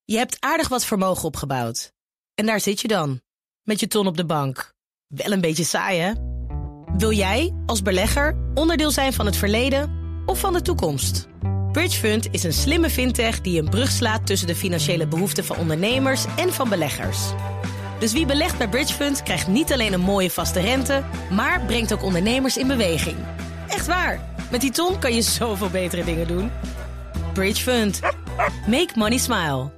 Je hebt aardig wat vermogen opgebouwd. En daar zit je dan, met je ton op de bank. Wel een beetje saai, hè? Wil jij, als belegger, onderdeel zijn van het verleden of van de toekomst? Bridgefund is een slimme fintech die een brug slaat tussen de financiële behoeften van ondernemers en van beleggers. Dus wie belegt bij Bridgefund krijgt niet alleen een mooie vaste rente, maar brengt ook ondernemers in beweging. Echt waar, met die ton kan je zoveel betere dingen doen. Bridgefund. Make money smile.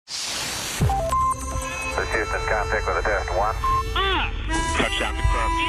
This Houston, contact with a test 1. Touchdown confirmed.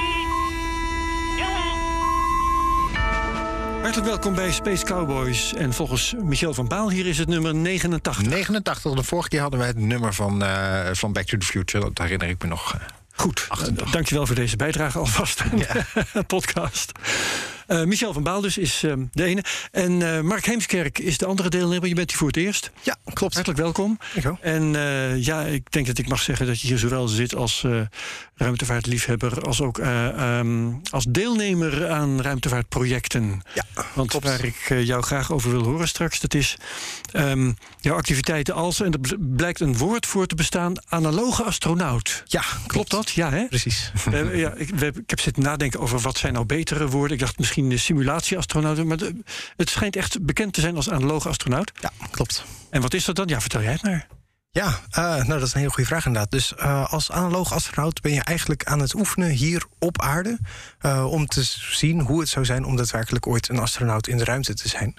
Hartelijk welkom bij Space Cowboys. En volgens Michel van Baal hier is het nummer 89. 89. De vorige keer hadden wij het nummer van Back to the Future. Dat herinner ik me nog. Goed, dankjewel voor deze bijdrage alvast aan de podcast. Michel van Baal dus is de ene. En Mark Heemskerk is de andere deelnemer. Je bent hier voor het eerst. Ja, klopt. Hartelijk welkom. En ik denk dat ik mag zeggen dat je hier zowel zit als ruimtevaartliefhebber, als ook als deelnemer aan ruimtevaartprojecten. Ja, want klopt. waar ik jou graag over wil horen straks, dat is jouw activiteiten als, en er blijkt een woord voor te bestaan, analoge astronaut. Ja, klopt dat? Ja, hè? Precies. Ik heb zitten nadenken over wat zijn nou betere woorden. Ik dacht misschien de simulatieastronaut, maar het schijnt echt bekend te zijn als analoge astronaut. Ja, klopt. En wat is dat dan? Ja, vertel jij het maar. Ja, dat is een hele goede vraag inderdaad. Dus als analoog astronaut ben je eigenlijk aan het oefenen hier op aarde, om te zien hoe het zou zijn om daadwerkelijk ooit een astronaut in de ruimte te zijn.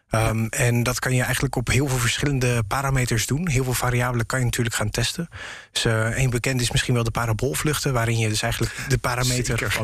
En dat kan je eigenlijk op heel veel verschillende parameters doen. Heel veel variabelen kan je natuurlijk gaan testen. Dus één bekend is misschien wel de paraboolvluchten, waarin je dus eigenlijk de parameter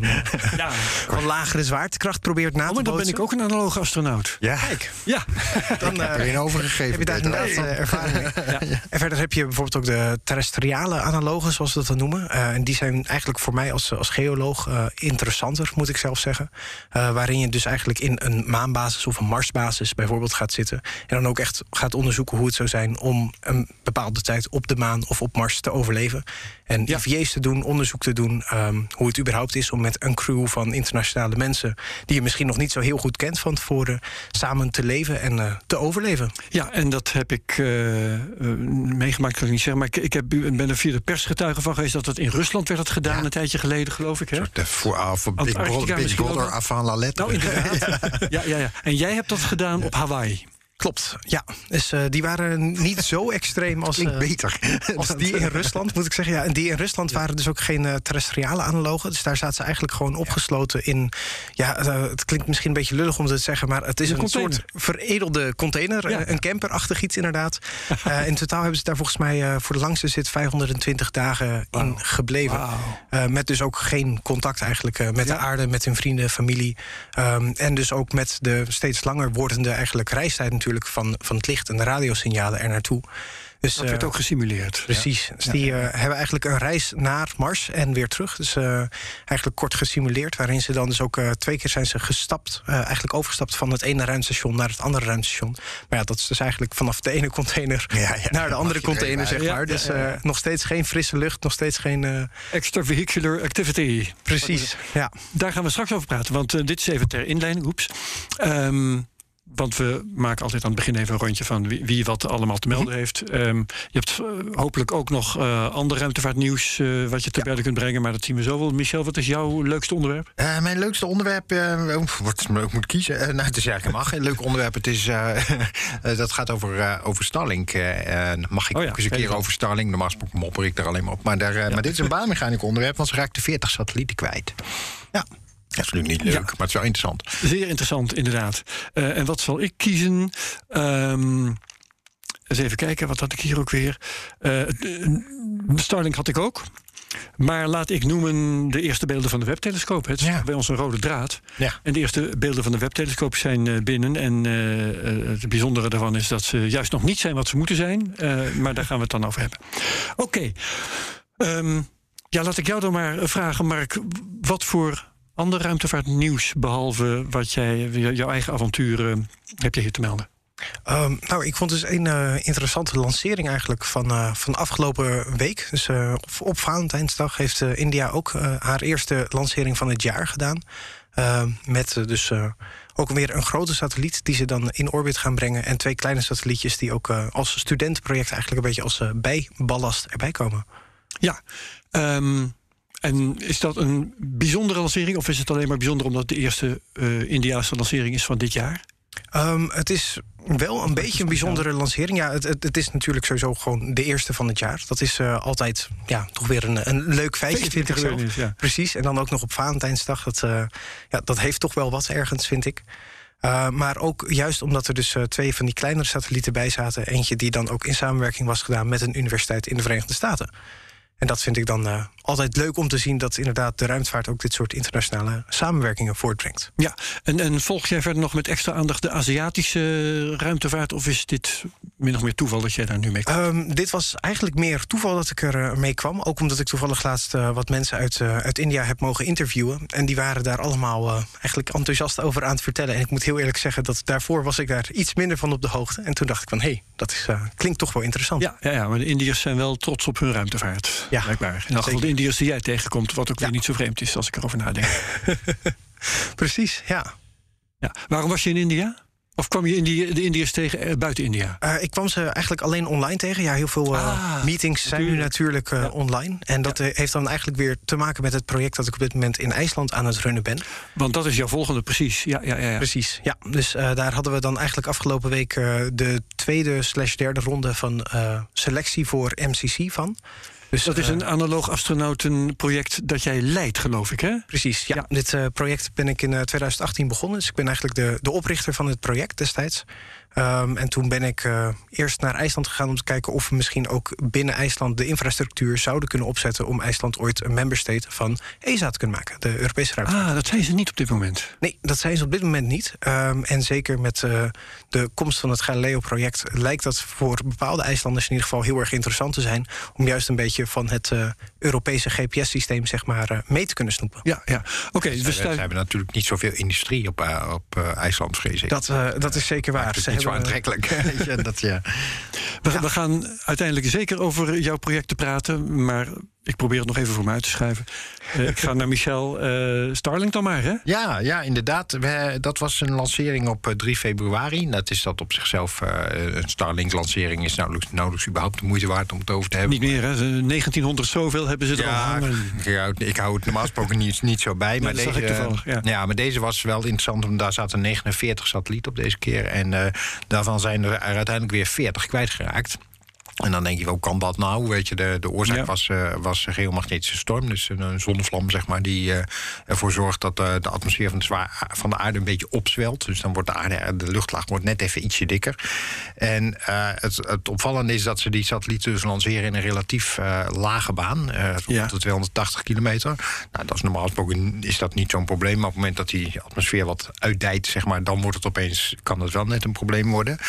van lagere zwaartekracht probeert na te bootsen. Maar dan ben ik ook een analoge astronaut. Ja, kijk. Ja. Dan heb je een overgegeven. Heb je daar inderdaad ervaring mee. Ja. En verder heb je bijvoorbeeld ook de terrestriale analogen, zoals we dat dan noemen. En die zijn eigenlijk voor mij als geoloog interessanter, moet ik zelf zeggen. Waarin je dus eigenlijk in een maanbasis of een Marsbasis bijvoorbeeld gaat zitten. En dan ook echt gaat onderzoeken hoe het zou zijn om een bepaalde tijd op de maan of op Mars te overleven. En IVA's te doen, onderzoek te doen, hoe het überhaupt is om met een crew van internationale mensen, die je misschien nog niet zo heel goed kent van tevoren, samen te leven en te overleven. Ja, en dat heb ik meegemaakt, kan ik niet zeggen. Maar ik ben er via de persgetuige van geweest dat het in Rusland werd gedaan, een tijdje geleden, geloof ik. Hè? Voor Big Brother avant la lettre. Nou, inderdaad. Ja. En jij hebt dat gedaan op Hawaii. Klopt, ja. Dus die waren niet zo extreem als, als die in Rusland, moet ik zeggen. Ja, en die in Rusland waren dus ook geen terrestriale analogen. Dus daar zaten ze eigenlijk gewoon opgesloten in. Ja, het klinkt misschien een beetje lullig om te zeggen, maar het is een soort veredelde container. Ja. Een camperachtig iets inderdaad. In totaal hebben ze daar volgens mij voor de langste zit 520 dagen in gebleven. Met dus ook geen contact eigenlijk met de aarde, met hun vrienden, familie. En dus ook met de steeds langer wordende eigenlijk reistijd natuurlijk van het licht en de radiosignalen er naartoe. Dus, dat werd ook gesimuleerd. Precies. Ja. Dus die hebben eigenlijk een reis naar Mars en weer terug. Dus eigenlijk kort gesimuleerd. Waarin ze dan dus ook 2 keer zijn ze gestapt. Eigenlijk overgestapt van het ene ruimtestation naar het andere ruimtestation. Maar ja, dat is dus eigenlijk vanaf de ene container naar de andere container, zeg maar. Dus nog steeds geen frisse lucht, nog steeds geen extravehicular activity. Precies, ja. Daar gaan we straks over praten, want dit is even ter inleiding. Oeps. Want we maken altijd aan het begin even een rondje van wie wat allemaal te melden heeft. Je hebt hopelijk ook nog ander ruimtevaartnieuws wat je te berden kunt brengen. Maar dat zien we zo wel. Michel, wat is jouw leukste onderwerp? Mijn leukste onderwerp, wat ik moet kiezen. Het is eigenlijk helemaal geen leuk onderwerp. Het is, dat gaat over Starlink. Mag ik ook eens een keer over Starlink? Normaal gesproken mopper ik daar alleen maar op. Maar dit is een baanmechanisch onderwerp, want ze raakten 40 satellieten kwijt. Ja. Dat is natuurlijk niet leuk, maar het is wel interessant. Zeer interessant, inderdaad. En wat zal ik kiezen? Eens even kijken, wat had ik hier ook weer? Starlink had ik ook. Maar laat ik noemen de eerste beelden van de webtelescoop. Het is bij ons een rode draad. Ja. En de eerste beelden van de webtelescoop zijn binnen. En het bijzondere daarvan is dat ze juist nog niet zijn wat ze moeten zijn. Maar daar gaan we het dan over hebben. Oké. Laat ik jou dan maar vragen, Mark. Wat voor ander ruimtevaartnieuws, behalve wat jouw eigen avonturen, heb je hier te melden? Ik vond dus een interessante lancering eigenlijk van afgelopen week. Dus op Valentijnsdag heeft India ook haar eerste lancering van het jaar gedaan. Met dus ook weer een grote satelliet die ze dan in orbit gaan brengen. En 2 kleine satellietjes die ook als studentenproject eigenlijk een beetje als bijballast erbij komen. Ja, en is dat een bijzondere lancering? Of is het alleen maar bijzonder omdat het de eerste Indiase lancering is van dit jaar? Het is wel een beetje een bijzondere lancering. Ja, het is natuurlijk sowieso gewoon de eerste van het jaar. Dat is altijd toch weer een leuk feitje, vind ik zelf. Ja. Precies, en dan ook nog op Valentijnsdag. Dat heeft toch wel wat ergens, vind ik. Maar ook juist omdat er dus 2 van die kleinere satellieten bij zaten. Eentje die dan ook in samenwerking was gedaan met een universiteit in de Verenigde Staten. En dat vind ik dan altijd leuk om te zien dat inderdaad de ruimtevaart ook dit soort internationale samenwerkingen voortbrengt. Ja, en volg jij verder nog met extra aandacht de Aziatische ruimtevaart? Of is dit min of meer toeval dat jij daar nu mee komt? Dit was eigenlijk meer toeval dat ik er mee kwam. Ook omdat ik toevallig laatst wat mensen uit India heb mogen interviewen. En die waren daar allemaal eigenlijk enthousiast over aan het vertellen. En ik moet heel eerlijk zeggen dat daarvoor was ik daar iets minder van op de hoogte. En toen dacht ik van, dat klinkt toch wel interessant. Ja, maar de Indiërs zijn wel trots op hun ruimtevaart. Ja, blijkbaar. In de Indiërs die jij tegenkomt, wat ook weer niet zo vreemd is als ik erover nadenk. Precies, ja. Waarom was je in India? Of kwam je de Indiërs tegen buiten India? Ik kwam ze eigenlijk alleen online tegen. Ja, heel veel meetings zijn nu natuurlijk online. En dat heeft dan eigenlijk weer te maken met het project dat ik op dit moment in IJsland aan het runnen ben. Want dat is jouw volgende, precies. Ja. Precies, ja. Dus daar hadden we dan eigenlijk afgelopen week de 2e/3e ronde van selectie voor MCC van. Dus dat is een analoog astronautenproject dat jij leidt, geloof ik, hè? Precies, ja. Dit project ben ik in 2018 begonnen. Dus ik ben eigenlijk de oprichter van het project destijds. En toen ben ik eerst naar IJsland gegaan om te kijken of we misschien ook binnen IJsland de infrastructuur zouden kunnen opzetten om IJsland ooit een member state van ESA te kunnen maken, de Europese ruimtevaart. Dat zijn ze niet op dit moment. Nee, dat zijn ze op dit moment niet. En zeker met de komst van het Galileo-project lijkt dat voor bepaalde IJslanders in ieder geval heel erg interessant te zijn om juist een beetje van het Europese GPS-systeem zeg maar mee te kunnen snoepen. Ja. Oké. Ze hebben natuurlijk niet zoveel industrie op IJsland, vrees ik. Dat is zeker waar. Het is niet zo aantrekkelijk. We gaan uiteindelijk zeker over jouw project te praten, maar ik probeer het nog even voor me uit te schrijven. Ik ga naar Michel. Starlink dan maar, hè? Ja, inderdaad. Dat was een lancering op 3 februari. Dat is dat op zichzelf. Een Starlink-lancering is nauwelijks überhaupt de moeite waard om het over te hebben. Niet meer, hè? 1900 zoveel hebben ze er al hangen. Ik hou het normaal gesproken niet zo bij. Maar maar deze was wel interessant, want daar zaten 49 satellieten op deze keer. En daarvan zijn er uiteindelijk weer 40 kwijtgeraakt. En dan denk je, hoe kan dat nou? Weet je, de oorzaak was geomagnetische storm. Dus een zonnevlam, zeg maar, die ervoor zorgt dat de atmosfeer van de aarde een beetje opzwelt. Dus dan wordt de luchtlaag wordt net even ietsje dikker. En het opvallende is dat ze die satellieten dus lanceren in een relatief lage baan. Rond de 280 kilometer. Nou, dat is normaal gesproken is dat niet zo'n probleem. Maar op het moment dat die atmosfeer wat uitdijt, zeg maar, dan wordt het opeens, kan het wel net een probleem worden.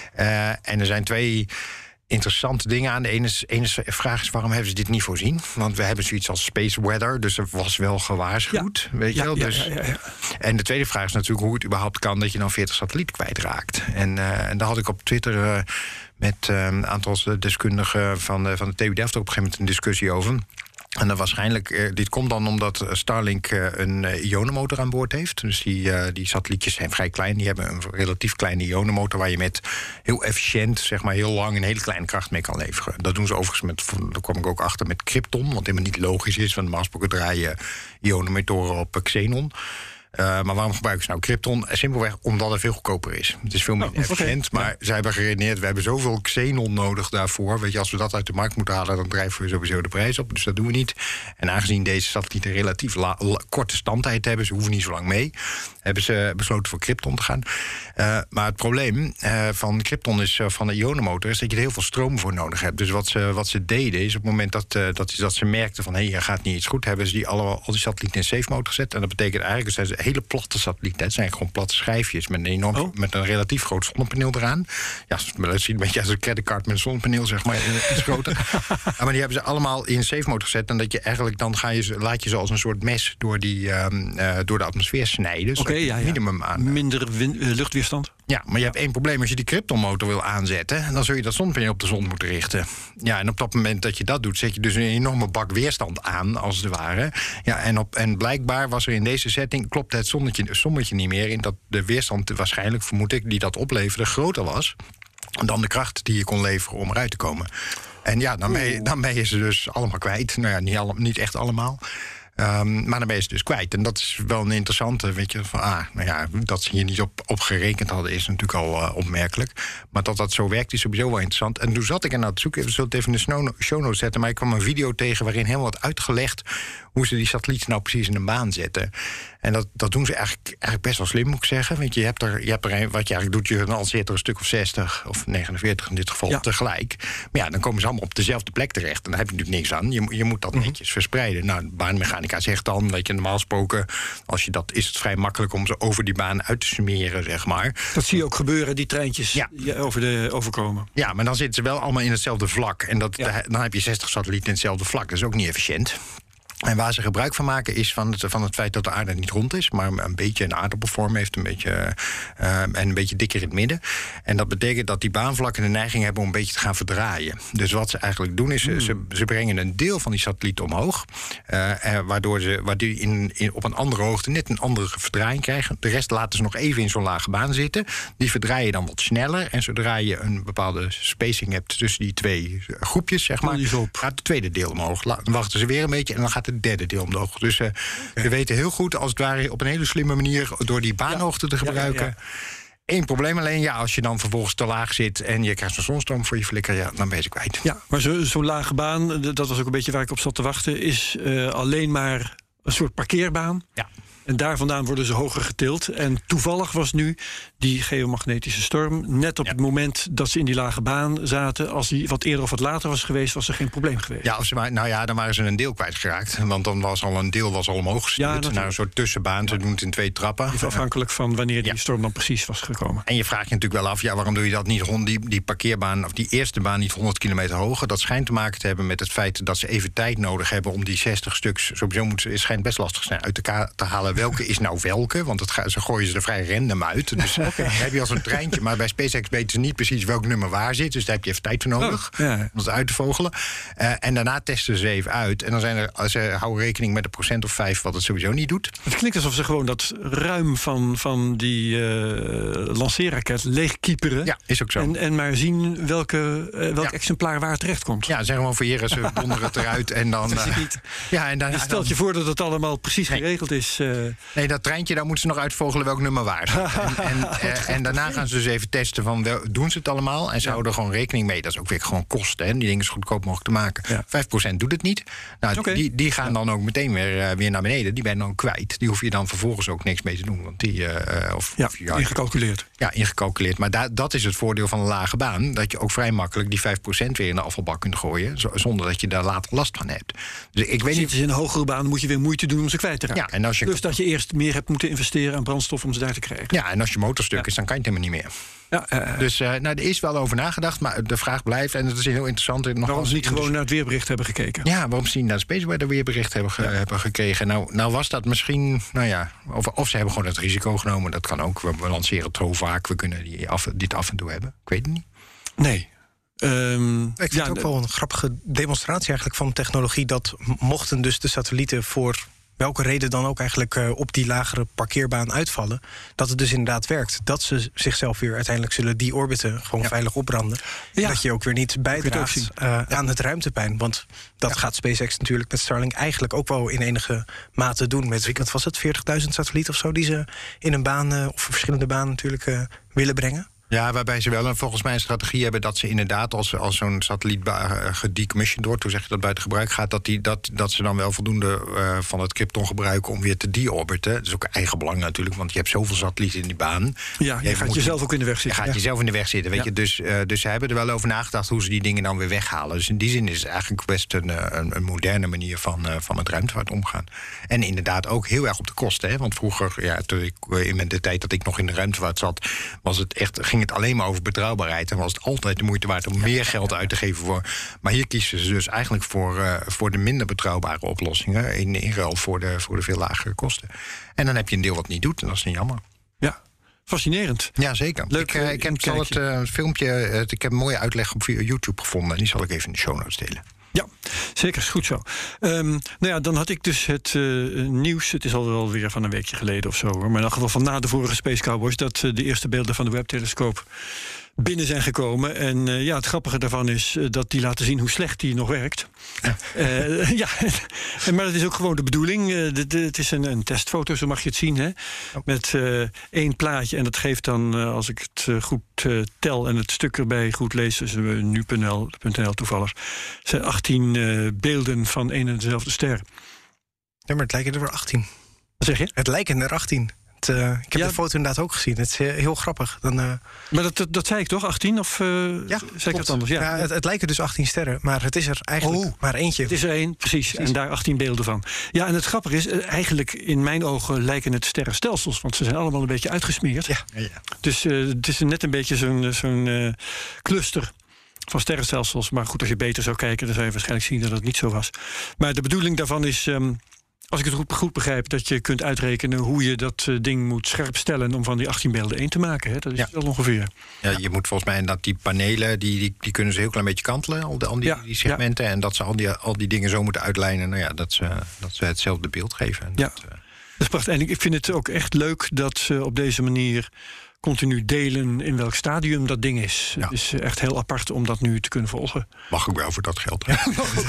En er zijn 2 interessante dingen aan. De ene vraag is, waarom hebben ze dit niet voorzien? Want we hebben zoiets als space weather, dus er was wel gewaarschuwd. Weet je wel? Dus. En de tweede vraag is natuurlijk hoe het überhaupt kan dat je dan 40 satellieten kwijtraakt. En daar had ik op Twitter met een aantal deskundigen van de TU Delft op een gegeven moment een discussie over. En dan waarschijnlijk, dit komt dan omdat Starlink een ionenmotor aan boord heeft. Dus die satellietjes zijn vrij klein. Die hebben een relatief kleine ionenmotor waar je met heel efficiënt, zeg maar heel lang, een hele kleine kracht mee kan leveren. Dat doen ze overigens daar kwam ik ook achter met Krypton, wat helemaal niet logisch is, want normaal gesproken draaien ionenmotoren op xenon. Maar waarom gebruiken ze nou Krypton? Simpelweg omdat het veel goedkoper is. Het is veel minder efficiënt. Maar zij hebben geredeneerd, we hebben zoveel xenon nodig daarvoor. Weet je, als we dat uit de markt moeten halen, dan drijven we sowieso de prijs op. Dus dat doen we niet. En aangezien deze satellieten relatief korte standtijd hebben, ze hoeven niet zo lang mee, hebben ze besloten voor Krypton te gaan. Maar het probleem van Krypton is, van de ionenmotor, is dat je er heel veel stroom voor nodig hebt. Dus wat ze deden is, op het moment dat ze merkten van, er gaat niet iets goed, hebben ze al die satellieten in safe mode gezet. En dat betekent eigenlijk dat ze hele platte satellieten. Het zijn gewoon platte schijfjes met een relatief groot zonnepaneel eraan. Ja, dat ziet een beetje als een creditcard met een zonnepaneel, zeg maar, iets groter. Maar die hebben ze allemaal in safe mode gezet. En dat je eigenlijk dan laat je ze als een soort mes door de atmosfeer snijden. Minimum aan. Minder luchtweerstand? Ja, maar je hebt één probleem. Als je die Krypton-motor wil aanzetten, dan zul je dat zonnepaneel op de zon moeten richten. Ja, en op dat moment dat je dat doet, zet je dus een enorme bak weerstand aan, als het ware. Ja, en blijkbaar was er in deze setting, klopt het sommetje niet meer in dat de weerstand waarschijnlijk, vermoed ik, die dat opleverde, groter was dan de kracht die je kon leveren om eruit te komen. En ja, dan ben je ze dus allemaal kwijt. Nou ja, niet echt allemaal. Maar dan ben je ze dus kwijt. En dat is wel een interessante, weet je, van dat ze hier niet op gerekend hadden, is natuurlijk al opmerkelijk. Maar dat zo werkt, is sowieso wel interessant. En toen zat ik er nou te zoeken, we zullen het even in de show notes zetten, maar ik kwam een video tegen waarin helemaal wat uitgelegd hoe ze die satellieten nou precies in de baan zetten. En dat doen ze eigenlijk best wel slim, moet ik zeggen. Want je hebt er een, wat je eigenlijk doet, je lanceert er een stuk of 60 of 49 in dit geval tegelijk. Maar ja, dan komen ze allemaal op dezelfde plek terecht. En daar heb je natuurlijk niks aan. Je moet dat netjes verspreiden. Nou, baanmechanica zegt dan, weet je, normaal gesproken, als je dat, is het vrij makkelijk om ze over die baan uit te summeren, zeg maar. Dat zie je ook gebeuren, die treintjes overkomen. Ja, maar dan zitten ze wel allemaal in hetzelfde vlak. En dan heb je 60 satellieten in hetzelfde vlak. Dat is ook niet efficiënt. En waar ze gebruik van maken is van het feit dat de aarde niet rond is, maar een beetje een aardappelvorm heeft, en een beetje dikker in het midden. En dat betekent dat die baanvlakken de neiging hebben om een beetje te gaan verdraaien. Dus wat ze eigenlijk doen is, ze brengen een deel van die satelliet omhoog, waardoor die op een andere hoogte net een andere verdraaiing krijgen. De rest laten ze nog even in zo'n lage baan zitten. Die verdraaien dan wat sneller. En zodra je een bepaalde spacing hebt tussen die twee groepjes, zeg maar, gaat het tweede deel omhoog. Dan wachten ze weer een beetje en dan gaat het derde deel omhoog. Dus we weten heel goed, als het ware, op een hele slimme manier door die baanhoogte te gebruiken. Ja. Eén probleem alleen, als je dan vervolgens te laag zit en je krijgt een zonstroom voor je flikker, dan ben je kwijt. Ja, maar zo'n lage baan, dat was ook een beetje waar ik op zat te wachten, is alleen maar een soort parkeerbaan. Ja. En daar vandaan worden ze hoger getild. En toevallig was nu die geomagnetische storm net op het moment dat ze in die lage baan zaten. Als die wat eerder of wat later was geweest, was er geen probleem geweest. Ja, dan waren ze een deel kwijtgeraakt. Want dan was al een deel omhoog gestuurd naar een soort tussenbaan. Ze doen het in 2 trappen. Even afhankelijk van wanneer die storm dan precies was gekomen. En je vraagt je natuurlijk wel af, waarom doe je dat niet rond die parkeerbaan, of die eerste baan niet 100 kilometer hoger? Dat schijnt te maken te hebben met het feit dat ze even tijd nodig hebben om die 60 stuks, sowieso schijnt best lastig zijn uit elkaar te halen. Welke is nou welke? Want ze gooien ze er vrij random uit. Dus dan heb je als een treintje. Maar bij SpaceX weten ze niet precies welk nummer waar zit. Dus daar heb je even tijd voor nodig om het uit te vogelen. En daarna testen ze even uit. En dan ze houden rekening met een 1% of 5 wat het sowieso niet doet. Het klinkt alsof ze gewoon dat ruim van die lanceerraket leegkieperen. Ja, is ook zo. En maar zien welk exemplaar waar terecht komt. Ja, zeg gewoon verjeren, ze donderen het eruit en dan. En stelt je voor dat het allemaal precies geregeld is. Nee, dat treintje, daar moeten ze nog uitvogelen welk nummer waar zit. En daarna gaan ze dus even testen van, doen ze het allemaal? En ze houden er gewoon rekening mee. Dat is ook weer gewoon kosten. Hè? Die dingen is goedkoop mogelijk te maken. Ja. 5% doet het niet. Nou, die gaan dan ook meteen weer naar beneden. Die ben je dan kwijt. Die hoef je dan vervolgens ook niks mee te doen. Want ingecalculeerd. Ja, ingecalculeerd. Maar dat is het voordeel van een lage baan. Dat je ook vrij makkelijk die 5% weer in de afvalbak kunt gooien. Zonder dat je daar later last van hebt. Dus ik weet niet. In een hogere baan moet je weer moeite doen om ze kwijt te raken. Ja, en dus dat je eerst meer hebt moeten investeren aan brandstof om ze daar te krijgen. Ja, en als je motorstuk is, dan kan je het helemaal niet meer. Dus er is wel over nagedacht, maar de vraag blijft, en het is heel interessant. Waarom ze niet gewoon naar het weerbericht hebben gekeken? Ja, waarom ze niet naar het Space Weather weerbericht hebben gekregen. Nou was dat misschien, of ze hebben gewoon het risico genomen. Dat kan ook, we lanceren het zo vaak, we kunnen dit af en toe hebben. Ik weet het niet. Nee. Ik vind het ook wel een grappige demonstratie eigenlijk van technologie, dat mochten dus de satellieten voor welke reden dan ook eigenlijk op die lagere parkeerbaan uitvallen, dat het dus inderdaad werkt. Dat ze zichzelf weer uiteindelijk zullen deorbiten, gewoon veilig opbranden. En dat je ook weer niet bijdraagt aan het ruimtepijn. Want dat gaat SpaceX natuurlijk met Starlink eigenlijk ook wel in enige mate doen. Met, wat was het, 40.000 satellieten of zo die ze in een baan, of verschillende banen natuurlijk, willen brengen. Ja, waarbij ze wel volgens mij een strategie hebben dat ze inderdaad, als zo'n satelliet gedecommissioned wordt, hoe zeg je dat, buiten gebruik gaat, dat ze dan wel voldoende van het krypton gebruiken om weer te deorbiten. Dat is ook eigen belang natuurlijk, want je hebt zoveel satellieten in die baan. Ja, je gaat jezelf ook in de weg zitten. Je gaat jezelf in de weg zitten, weet je. Dus ze hebben er wel over nagedacht hoe ze die dingen dan weer weghalen. Dus in die zin is het eigenlijk best een moderne manier van het ruimtevaart omgaan. En inderdaad ook heel erg op de kosten. Hè? Want vroeger, in de tijd dat ik nog in de ruimtevaart zat, ging het alleen maar over betrouwbaarheid. En was het altijd de moeite waard om meer geld uit te geven voor. Maar hier kiezen ze dus eigenlijk voor de minder betrouwbare oplossingen in ruil voor de veel lagere kosten. En dan heb je een deel wat niet doet, en dat is niet jammer. Ja. fascinerend. Ja, zeker. Leuk, ik heb het filmpje, ik heb een mooie uitleg op YouTube gevonden. En die zal ik even in de show notes delen. Ja, zeker. Is goed zo. Dan had ik dus het nieuws. Het is al weer van een weekje geleden of zo, hoor. Maar in elk geval van na de vorige Space Cowboys, dat de eerste beelden van de Webb-telescoop binnen zijn gekomen. En het grappige daarvan is dat die laten zien hoe slecht die nog werkt. Ja. Maar dat is ook gewoon de bedoeling. Het is een testfoto, zo mag je het zien. Hè? Met 1 plaatje. En dat geeft dan, als ik het goed tel en het stuk erbij goed lees, dus nu.nl toevallig, zijn 18 beelden van één en dezelfde ster. Ja, maar het lijken er wel 18. Wat zeg je? Het lijken er 18. Ik heb de foto inderdaad ook gezien. Het is heel grappig. Maar dat zei ik toch? 18? Of zei ik dat anders? Ja, het lijken dus 18 sterren, maar het is er eigenlijk maar eentje. Het is er 1, precies. En daar 18 beelden van. Ja, en het grappige is, eigenlijk in mijn ogen lijken het sterrenstelsels, want ze zijn allemaal een beetje uitgesmeerd. Ja. Dus het is net een beetje zo'n cluster van sterrenstelsels. Maar goed, als je beter zou kijken, dan zou je waarschijnlijk zien dat het niet zo was. Maar de bedoeling daarvan is, als ik het goed begrijp, dat je kunt uitrekenen hoe je dat ding moet scherp stellen om van die 18 beelden 1 te maken. Hè? Dat is wel ongeveer. Ja, je moet volgens mij dat die panelen, die kunnen ze heel klein beetje kantelen, al die segmenten. Ja. En dat ze al die dingen zo moeten uitlijnen, dat ze hetzelfde beeld geven. Ja, dat is prachtig. En ik vind het ook echt leuk dat ze op deze manier continu delen in welk stadium dat ding is. Ja. Het is echt heel apart om dat nu te kunnen volgen. Mag ook wel voor dat geld. Ja,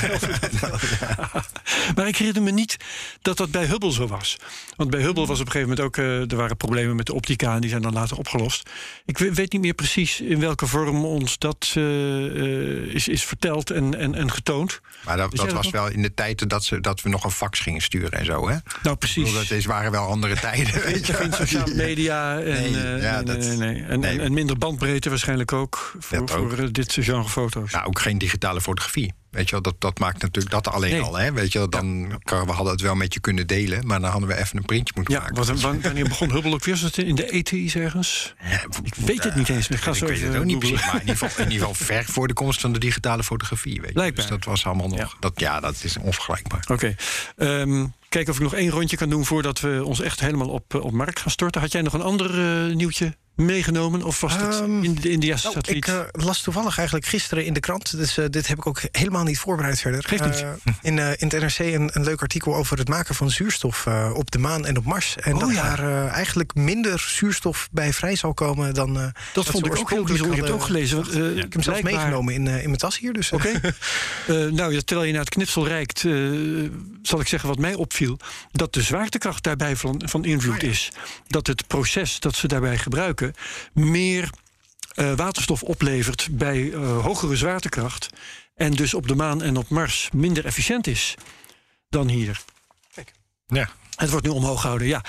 maar ik herinner me niet dat bij Hubble zo was. Want bij Hubble was op een gegeven moment ook, er waren problemen met de optica en die zijn dan later opgelost. Ik weet niet meer precies in welke vorm ons dat is verteld en getoond. Maar dat was wel in de tijd dat we nog een fax gingen sturen en zo, hè? Nou, precies. Dat waren wel andere tijden. Weet je? Geen sociale media en minder bandbreedte waarschijnlijk ook voor dit genre foto's. Nou, ook geen digitale fotografie. Weet je wel, dat maakt natuurlijk dat alleen al. Hè? Weet je wel, we hadden het wel met je kunnen delen, maar dan hadden we even een printje moeten maken. Wanneer begon Hubble ook weer? Was het in de 80's ergens? Ja, ik weet het niet eens. Ik weet het ook niet precies, maar in ieder geval ver voor de komst van de digitale fotografie. Weet je? Dus dat was allemaal nog. Dat is onvergelijkbaar. Oké. Kijken of ik nog 1 rondje kan doen voordat we ons echt helemaal op Mark gaan storten. Had jij nog een ander nieuwtje meegenomen? Of was het in de Indiase satelliet? Ik las toevallig eigenlijk gisteren in de krant. Dus dit heb ik ook helemaal niet voorbereid verder. Geeft niet. In het NRC een leuk artikel over het maken van zuurstof op de maan en op Mars. En daar eigenlijk minder zuurstof bij vrij zal komen dan dat vond ik ook heel bijzonder. Ik heb het ook gelezen. Ik heb hem zelfs meegenomen in mijn tas hier. Dus. Oké. Terwijl je naar het knipsel reikt, zal ik zeggen wat mij opviel. Dat de zwaartekracht daarbij van invloed is. Dat het proces dat ze daarbij gebruiken meer waterstof oplevert bij hogere zwaartekracht. En dus op de maan en op Mars minder efficiënt is dan hier. Kijk. Ja. Het wordt nu omhoog gehouden, ja.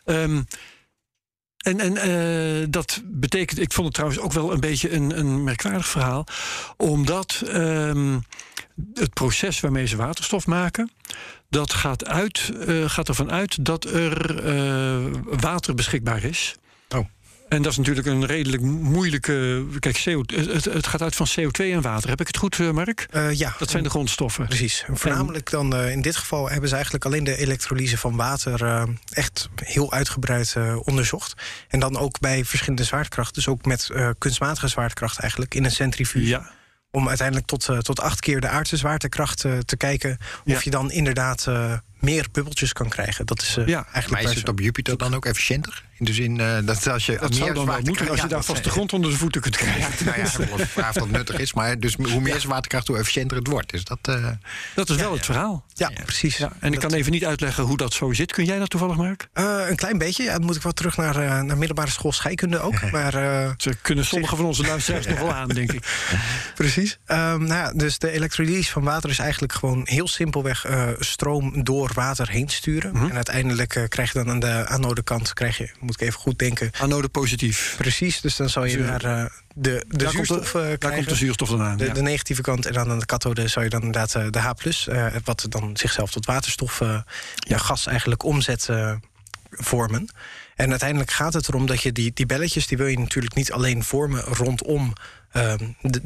Dat betekent, ik vond het trouwens ook wel een beetje een merkwaardig verhaal. Omdat het proces waarmee ze waterstof maken, dat gaat ervan uit dat er water beschikbaar is. Oh. En dat is natuurlijk een redelijk moeilijke. Kijk, het gaat uit van CO2 en water. Heb ik het goed, Mark? Ja. Dat zijn de grondstoffen. Precies. En voornamelijk dan in dit geval hebben ze eigenlijk alleen de elektrolyse van water echt heel uitgebreid onderzocht. En dan ook bij verschillende zwaartekrachten. Dus ook met kunstmatige zwaartekracht eigenlijk in een centrifuge. Ja. Om uiteindelijk tot 8 keer de aardse zwaartekracht te kijken of je dan inderdaad meer bubbeltjes kan krijgen. Dat is eigenlijk. Maar is het op Jupiter dan ook efficiënter? In de zin dat als je dat zou dan wel moeten als je daar vast de grond onder de voeten kunt krijgen. Of dat nuttig is, maar dus hoe meer zwaartekracht, hoe efficiënter het wordt. Dus dat is wel het verhaal. Ja, precies. Ja, en ik kan even niet uitleggen hoe dat zo zit. Kun jij dat toevallig, Mark? Een klein beetje. Ja, dan moet ik wel terug naar middelbare school scheikunde ook. Maar, ze kunnen sommige van onze luisteraars nog wel aan, denk ik. Precies. Dus de elektrolyse van water is eigenlijk gewoon heel simpelweg stroom door water heen sturen. En uiteindelijk krijg je dan aan de anodekant, moet ik even goed denken. Anode positief. Precies, dus dan zal je naar de zuurstof krijgen. Daar komt de zuurstof dan aan. De negatieve kant en dan aan de kathode zou je dan inderdaad de H+, wat dan zichzelf tot waterstof, gas eigenlijk omzet vormen. En uiteindelijk gaat het erom dat je die belletjes, die wil je natuurlijk niet alleen vormen rondom de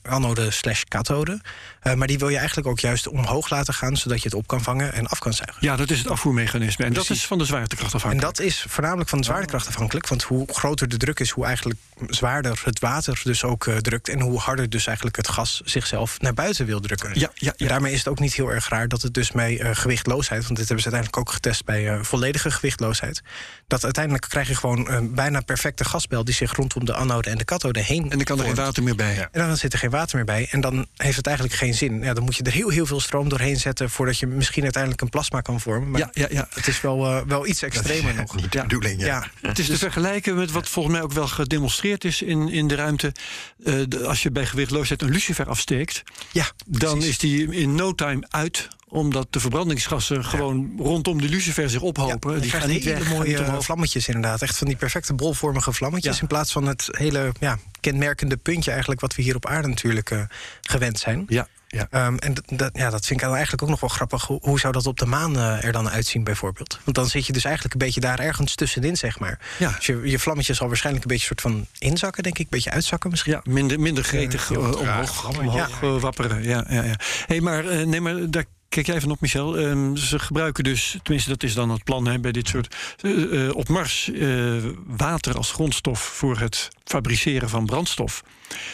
anode/kathode. Maar die wil je eigenlijk ook juist omhoog laten gaan, zodat je het op kan vangen en af kan zuigen. Ja, dat is het afvoermechanisme. En dat is van de zwaartekracht afhankelijk. En dat is voornamelijk van de zwaartekracht afhankelijk. Want hoe groter de druk is, hoe eigenlijk zwaarder het water dus ook drukt. En hoe harder dus eigenlijk het gas zichzelf naar buiten wil drukken. Ja. En daarmee is het ook niet heel erg raar dat het dus bij gewichtloosheid, want dit hebben ze uiteindelijk ook getest bij volledige gewichtloosheid, dat uiteindelijk krijg je gewoon een bijna perfecte gasbel die zich rondom de anode en de kathode heen. En dan kan er geen water meer bij. Ja. En dan zit er geen water meer bij. En dan heeft het eigenlijk geen zin. Ja, dan moet je er heel veel stroom doorheen zetten voordat je misschien uiteindelijk een plasma kan vormen. Maar het is wel iets extremer nog. Niet de bedoeling. Ja. Het is te vergelijken met wat volgens mij ook wel gedemonstreerd is in de ruimte. Als je bij gewichtloosheid een lucifer afsteekt, dan is die in no time uit, omdat de verbrandingsgassen gewoon rondom de lucifer zich ophopen. Ja, die gaan niet weg. Mooie vlammetjes inderdaad. Echt van die perfecte bolvormige vlammetjes. In plaats van het hele kenmerkende puntje eigenlijk wat we hier op aarde natuurlijk gewend zijn. Ja. En dat vind ik eigenlijk ook nog wel grappig. Hoe zou dat op de maan er dan uitzien bijvoorbeeld? Want dan zit je dus eigenlijk een beetje daar ergens tussenin, zeg maar. Ja. Dus je vlammetje zal waarschijnlijk een beetje soort van inzakken, denk ik. Een beetje uitzakken misschien. Ja, minder gretig omhoog wapperen. Ja. Hey, maar daar kijk jij van op, Michel. Ze gebruiken dus, tenminste dat is dan het plan bij dit soort, op Mars water als grondstof voor het fabriceren van brandstof.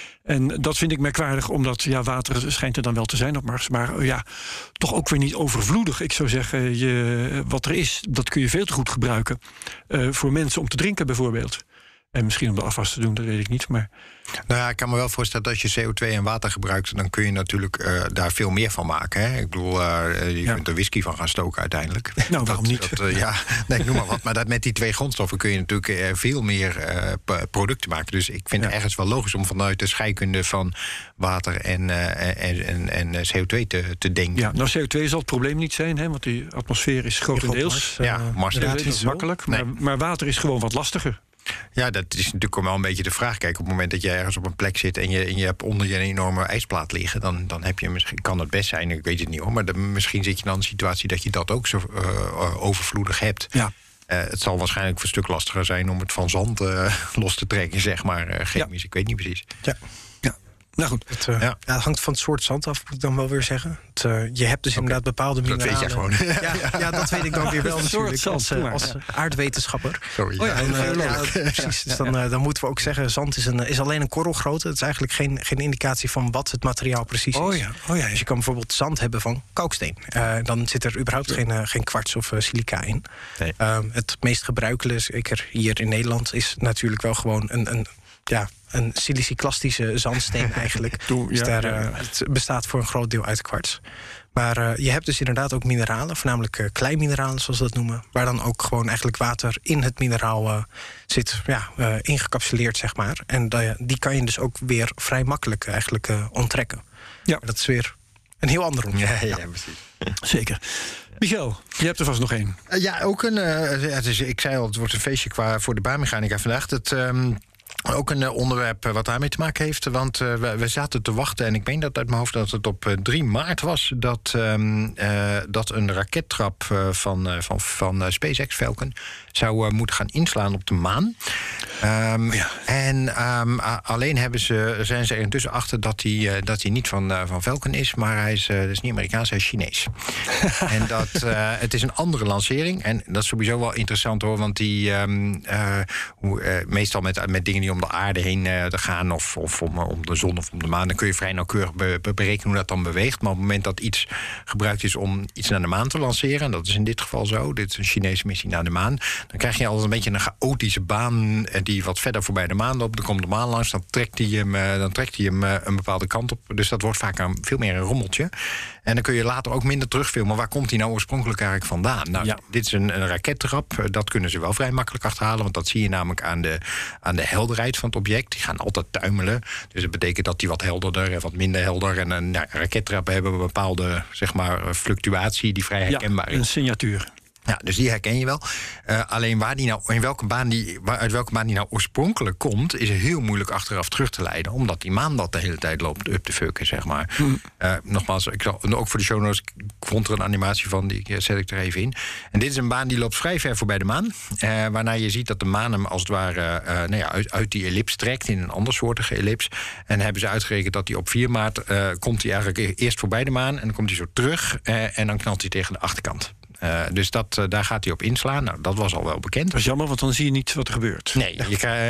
En dat vind ik merkwaardig, omdat water schijnt er dan wel te zijn op Mars. Maar toch ook weer niet overvloedig. Ik zou zeggen, wat er is, dat kun je veel te goed gebruiken. Voor mensen om te drinken bijvoorbeeld. En misschien om de afwas te doen, dat weet ik niet. Maar Nou ja, ik kan me wel voorstellen dat als je CO2 en water gebruikt, dan kun je natuurlijk daar veel meer van maken. Hè? Ik bedoel, je kunt er whisky van gaan stoken uiteindelijk. Nou, waarom niet? Ik noem maar wat. Maar met die twee grondstoffen kun je natuurlijk veel meer producten maken. Dus ik vind het ergens wel logisch om vanuit de scheikunde van water en CO2 te denken. Ja, nou, CO2 zal het probleem niet zijn, hè, want die atmosfeer is grotendeels Mars is makkelijk. Maar water is gewoon wat lastiger. Ja, dat is natuurlijk wel een beetje de vraag. Kijk, op het moment dat je ergens op een plek zit en je hebt onder je een enorme ijsplaat liggen, dan heb je misschien, kan het best zijn, ik weet het niet hoor, maar misschien zit je dan in een situatie dat je dat ook zo overvloedig hebt. Ja. Het zal waarschijnlijk een stuk lastiger zijn om het van zand los te trekken, zeg maar, chemisch. Ik weet niet precies. Ja. Nou goed. Het hangt van het soort zand af, moet ik dan wel weer zeggen. Je hebt dus inderdaad bepaalde mineralen. Dat weet je gewoon. Ja, dat weet ik dan weer wel natuurlijk als aardwetenschapper. Precies. Dus dan moeten we ook zeggen, zand is alleen een korrelgrootte. Het is eigenlijk geen indicatie van wat het materiaal precies is. Dus je kan bijvoorbeeld zand hebben van kalksteen. Dan zit er überhaupt geen kwarts of silica in. Nee. Het meest gebruikelijke, zeker hier in Nederland, is natuurlijk wel gewoon een siliciclastische zandsteen eigenlijk. Het bestaat voor een groot deel uit kwarts. Maar je hebt dus inderdaad ook mineralen, voornamelijk kleinmineralen zoals we dat noemen, waar dan ook gewoon eigenlijk water in het mineraal zit, ingecapsuleerd, zeg maar. En die kan je dus ook weer vrij makkelijk eigenlijk onttrekken. Ja. Maar dat is weer een heel ander onderwerp. Ja, precies. Zeker. Michel, je hebt er vast nog één. Ook ik zei al, het wordt een feestje voor de baanmechanica vandaag. Ook een onderwerp wat daarmee te maken heeft. Want we zaten te wachten, en ik meen dat uit mijn hoofd dat het op 3 maart was, dat een rakettrap van SpaceX Falcon zou moeten gaan inslaan op de maan. En alleen zijn ze er intussen achter dat hij niet van Falcon is, maar hij is niet Amerikaans, hij is Chinees. En het is een andere lancering. En dat is sowieso wel interessant hoor, want meestal met dingen die om de aarde heen te gaan, of om de zon of om de maan, dan kun je vrij nauwkeurig berekenen hoe dat dan beweegt. Maar op het moment dat iets gebruikt is om iets naar de maan te lanceren, en dat is in dit geval zo, dit is een Chinese missie naar de maan, dan krijg je altijd een beetje een chaotische baan die wat verder voorbij de maan loopt. Dan komt de maan langs, dan trekt hij hem een bepaalde kant op. Dus dat wordt vaak veel meer een rommeltje. En dan kun je later ook minder terugfilmen. Waar komt hij nou oorspronkelijk eigenlijk vandaan? Nou, dit is een rakettrap. Dat kunnen ze wel vrij makkelijk achterhalen. Want dat zie je namelijk aan de helderheid van het object. Die gaan altijd tuimelen. Dus dat betekent dat die wat helderder en wat minder helder. En rakettrappen hebben een bepaalde fluctuatie die vrij herkenbaar is. Een signatuur. Ja, dus die herken je wel. Alleen uit welke baan die nou oorspronkelijk komt, is heel moeilijk achteraf terug te leiden. Omdat die maan dat de hele tijd loopt up te fucken, zeg maar. Nogmaals, ik zal ook voor de show notes, ik vond er een animatie van, die zet ik er even in. En dit is een baan die loopt vrij ver voorbij de maan. Waarna je ziet dat de maan hem als het ware uit die ellips trekt in een andersoortige ellips. En hebben ze uitgerekend dat hij op 4 maart komt hij eigenlijk eerst voorbij de maan en dan komt hij zo terug en dan knalt hij tegen de achterkant. Dus daar gaat hij op inslaan. Nou, dat was al wel bekend. Dat is jammer, want dan zie je niet wat er gebeurt. Nee,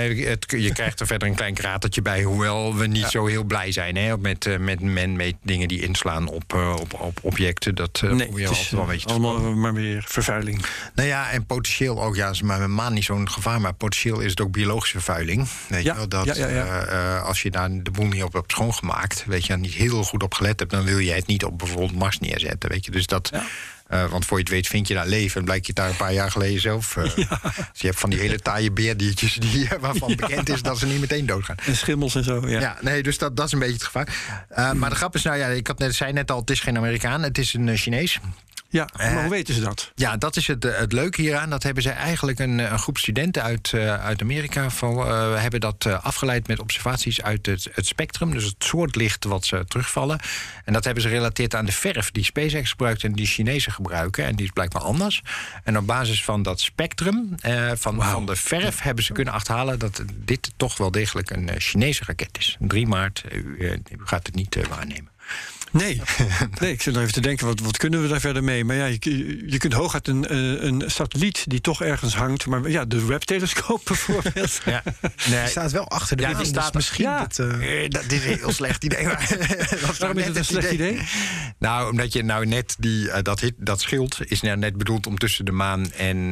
je krijgt er verder een klein kratertje bij, hoewel we niet zo heel blij zijn, hè, met dingen die inslaan op objecten. Dat probeer je altijd wel een beetje te allemaal maar weer vervuiling. Nou ja, en potentieel ook, is maar met maan niet zo'n gevaar, maar potentieel is het ook biologische vervuiling. Weet je wel, dat als je daar de boel niet op hebt schoongemaakt, weet je, niet heel goed op gelet hebt, dan wil je het niet op bijvoorbeeld Mars neerzetten, weet je. Dus dat. Ja. Want voor je het weet vind je daar leven en blijkt je daar een paar jaar geleden zelf. Dus je hebt van die hele taaie beerdiertjes waarvan bekend is dat ze niet meteen doodgaan. En schimmels en zo, ja. Nee, dus dat is een beetje het gevaar. Maar de grap is, ik zei net al, het is geen Amerikaan, het is een Chinees. Ja, maar hoe weten ze dat? Ja, dat is het leuke hieraan. Dat hebben ze eigenlijk een groep studenten uit Amerika hebben dat afgeleid met observaties uit het spectrum. Dus het soort licht wat ze terugvallen. En dat hebben ze gerelateerd aan de verf die SpaceX gebruikt en die Chinezen gebruiken. En die is blijkbaar anders. En op basis van dat spectrum van de verf hebben ze kunnen achterhalen dat dit toch wel degelijk een Chinese raket is. 3 maart, u gaat het niet waarnemen. Nee, ik zit nog even te denken, wat kunnen we daar verder mee? Maar ja, je kunt hooguit een satelliet die toch ergens hangt. Maar ja, de Webb-telescoop bijvoorbeeld. Ja. Nee. Die staat wel achter de maan, die staat dus misschien... dat is een heel slecht idee. Waarom is het een slecht idee? Nou, omdat je net dat schild is net bedoeld om tussen de maan en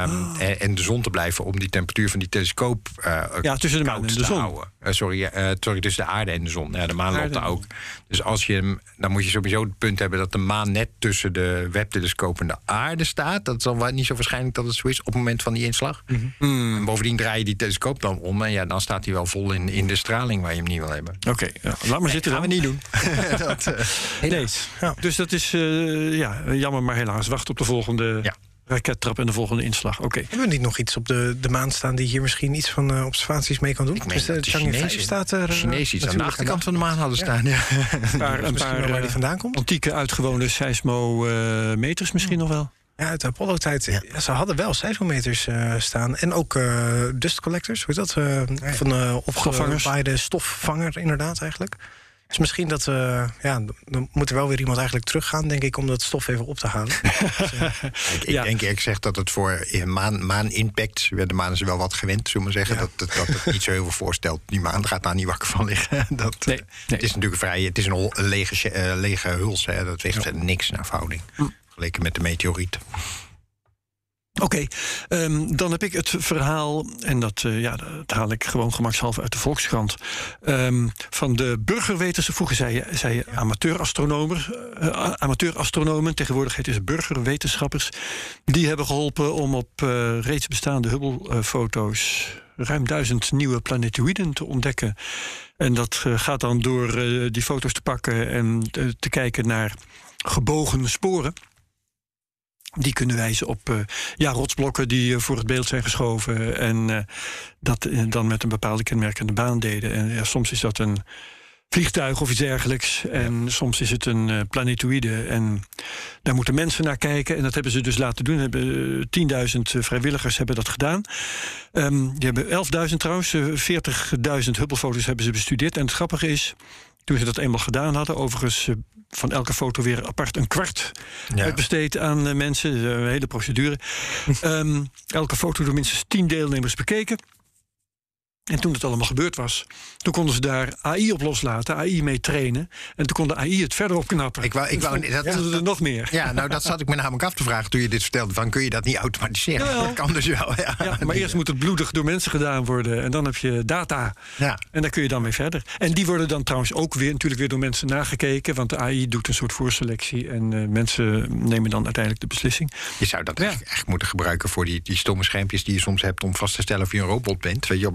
de zon te blijven, om die temperatuur van die telescoop tussen de maan en de zon. Sorry, tussen de aarde en de zon. Ja, de maan loopt daar ook. Dus als je dan moet je sowieso het punt hebben dat de maan net tussen de Webb-telescoop en de aarde staat. Dat is dan niet zo waarschijnlijk dat het zo is op het moment van die inslag. En bovendien draai je die telescoop dan om en dan staat hij wel vol in de straling waar je hem niet wil hebben. Oké, laat maar zitten. Dat gaan we niet doen. Helaas. Ja. Dus dat is jammer, maar helaas. Wacht op de volgende rakettrap en de volgende inslag. Oké. Hebben we niet nog iets op de maan staan die hier misschien iets van observaties mee kan doen? Ik meen dat de Chinezen aan de achterkant van de maan hadden staan. Ja. Een paar waar die vandaan komt? Antieke uitgewone seismometers misschien nog wel? Ja, uit de Apollo-tijd. Ja, ze hadden wel seismometers staan. En ook dust collectors, hoe is dat? Van opgewaaide stofvanger inderdaad eigenlijk. Dus misschien dan moet er wel weer iemand eigenlijk teruggaan, denk ik, om dat stof even op te halen. Ik denk eerlijk gezegd dat het voor maan-impact, de maan is wel wat gewend, zullen we maar zeggen, dat het niet zo heel veel voorstelt. Die maan gaat daar niet wakker van liggen. Het is natuurlijk het is een lege huls, hè. Dat weegt verder niks naar verhouding, vergeleken met de meteoriet. Oké, dan heb ik het verhaal, en dat haal ik gewoon gemakshalve uit de Volkskrant, van de burgerwetenschappers. Vroeger zei je amateurastronomen, tegenwoordig heet het burgerwetenschappers. Die hebben geholpen om op reeds bestaande Hubble-foto's ruim 1000 nieuwe planetoïden te ontdekken. En dat gaat dan door die foto's te pakken en te kijken naar gebogen sporen. Die kunnen wijzen op rotsblokken die voor het beeld zijn geschoven en dat dan met een bepaalde kenmerkende baan deden. En soms is dat een vliegtuig of iets dergelijks. En soms is het een planetoïde. En daar moeten mensen naar kijken. En dat hebben ze dus laten doen. 10.000 vrijwilligers hebben dat gedaan. Die hebben 11.000 trouwens. 40.000 Hubble-foto's hebben ze bestudeerd. En het grappige is, toen ze dat eenmaal gedaan hadden, overigens van elke foto weer apart een kwart uitbesteed aan mensen. Een hele procedure. Elke foto door minstens 10 deelnemers bekeken. En toen het allemaal gebeurd was, toen konden ze daar AI op loslaten, AI mee trainen. En toen kon de AI het verder opknappen. Dat er nog meer. Ja, nou dat zat ik me namelijk af te vragen toen je dit vertelde. Van, kun je dat niet automatiseren? Jawel. Dat kan dus wel. Ja, maar eerst moet het bloedig door mensen gedaan worden. En dan heb je data. Ja. En daar kun je dan mee verder. En die worden dan trouwens ook natuurlijk weer door mensen nagekeken. Want de AI doet een soort voorselectie. En mensen nemen dan uiteindelijk de beslissing. Je zou dat eigenlijk moeten gebruiken voor die stomme schermpjes die je soms hebt om vast te stellen of je een robot bent. Weet je, op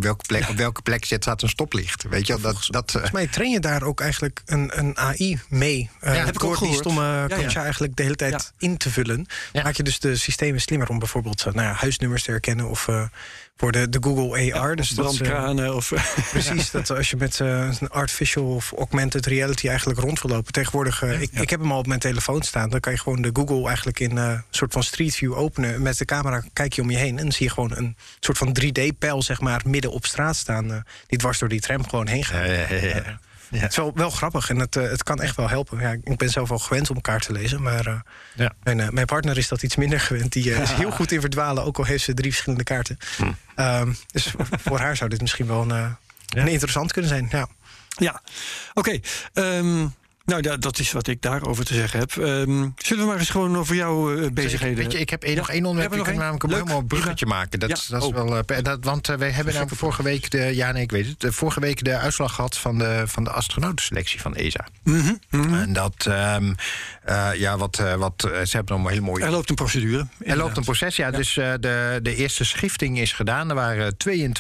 op welke plek staat een stoplicht. Weet je, volgens mij train je daar ook eigenlijk een AI mee. Heb ik ook gehoord. Die stomme captcha eigenlijk de hele tijd in te vullen. Maak je dus de systemen slimmer om bijvoorbeeld huisnummers te herkennen of voor de Google AR. Dus brandkranen. Precies, dat als je met een artificial of augmented reality eigenlijk rond wil lopen. Tegenwoordig, ik heb hem al op mijn telefoon staan. Dan kan je gewoon de Google eigenlijk in een soort van Street View openen. Met de camera kijk je om je heen en dan zie je gewoon een soort van 3D-pijl zeg maar midden op straat staan. Die dwars door die tram gewoon heen gaat. Ja. Het is wel grappig en het kan echt wel helpen. Ja, ik ben zelf wel gewend om elkaar te lezen, maar mijn partner is dat iets minder gewend. Die is heel goed in verdwalen, ook al heeft ze 3 verschillende kaarten. Dus voor haar zou dit misschien wel een interessant kunnen zijn. Ja. Oké. Nou, dat is wat ik daarover te zeggen heb. Zullen we maar eens gewoon over jouw bezigheden... Weet je, ik heb nog één onderwerp. Ik kan namelijk een mooi bruggetje maken. Dat is wel... want wij hebben namelijk vorige week vorige week de uitslag gehad van de astronautenselectie van ESA. En dat... ze hebben nog een hele mooie... Er loopt een procedure. Er loopt een proces, ja. Dus de eerste schifting is gedaan. Er waren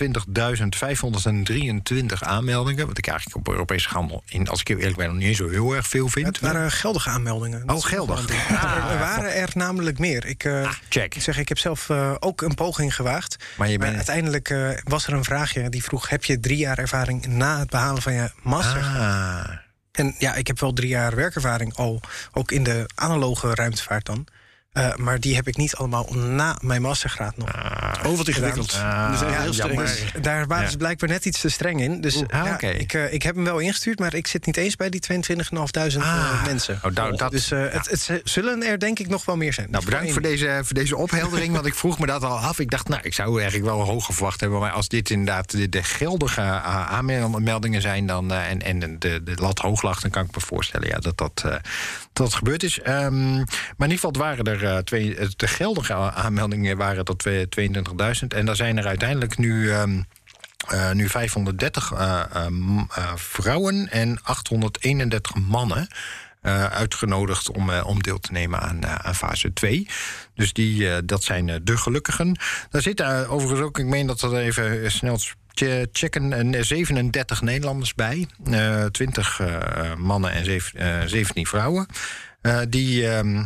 22.523 aanmeldingen. Wat ik eigenlijk op Europese schaal, als ik heel eerlijk ben, nog niet zo heel erg veel vind. Het waren geldige aanmeldingen. Oh, geldig. Er waren er namelijk meer. Check. Ik heb zelf ook een poging gewaagd. Maar uiteindelijk was er een vraagje die vroeg... heb je 3 jaar ervaring na het behalen van je master? En ja, ik heb wel 3 jaar werkervaring al, ook in de analoge ruimtevaart dan. Maar die heb ik niet allemaal na mijn mastergraad nog. Wat ingewikkeld. Heel streng. Daar waren ze blijkbaar net iets te streng in. Dus ik heb hem wel ingestuurd, maar ik zit niet eens bij die 22.500 mensen. Dus het zullen er denk ik nog wel meer zijn. Nou, bedankt voor deze opheldering, want ik vroeg me dat al af. Ik dacht, ik zou eigenlijk wel hoger verwacht hebben. Maar als dit inderdaad de geldige aanmeldingen zijn dan, en de lat hoog lag, dan kan ik me voorstellen dat gebeurd is. Maar in ieder geval waren er de geldige aanmeldingen waren tot 22.000. En daar zijn er uiteindelijk nu 530 vrouwen en 831 mannen uitgenodigd om deel te nemen aan fase 2. Dus dat zijn de gelukkigen. Daar zitten overigens ook, ik meen dat we even snel checken, 37 Nederlanders bij. 20 mannen en 17 vrouwen. Die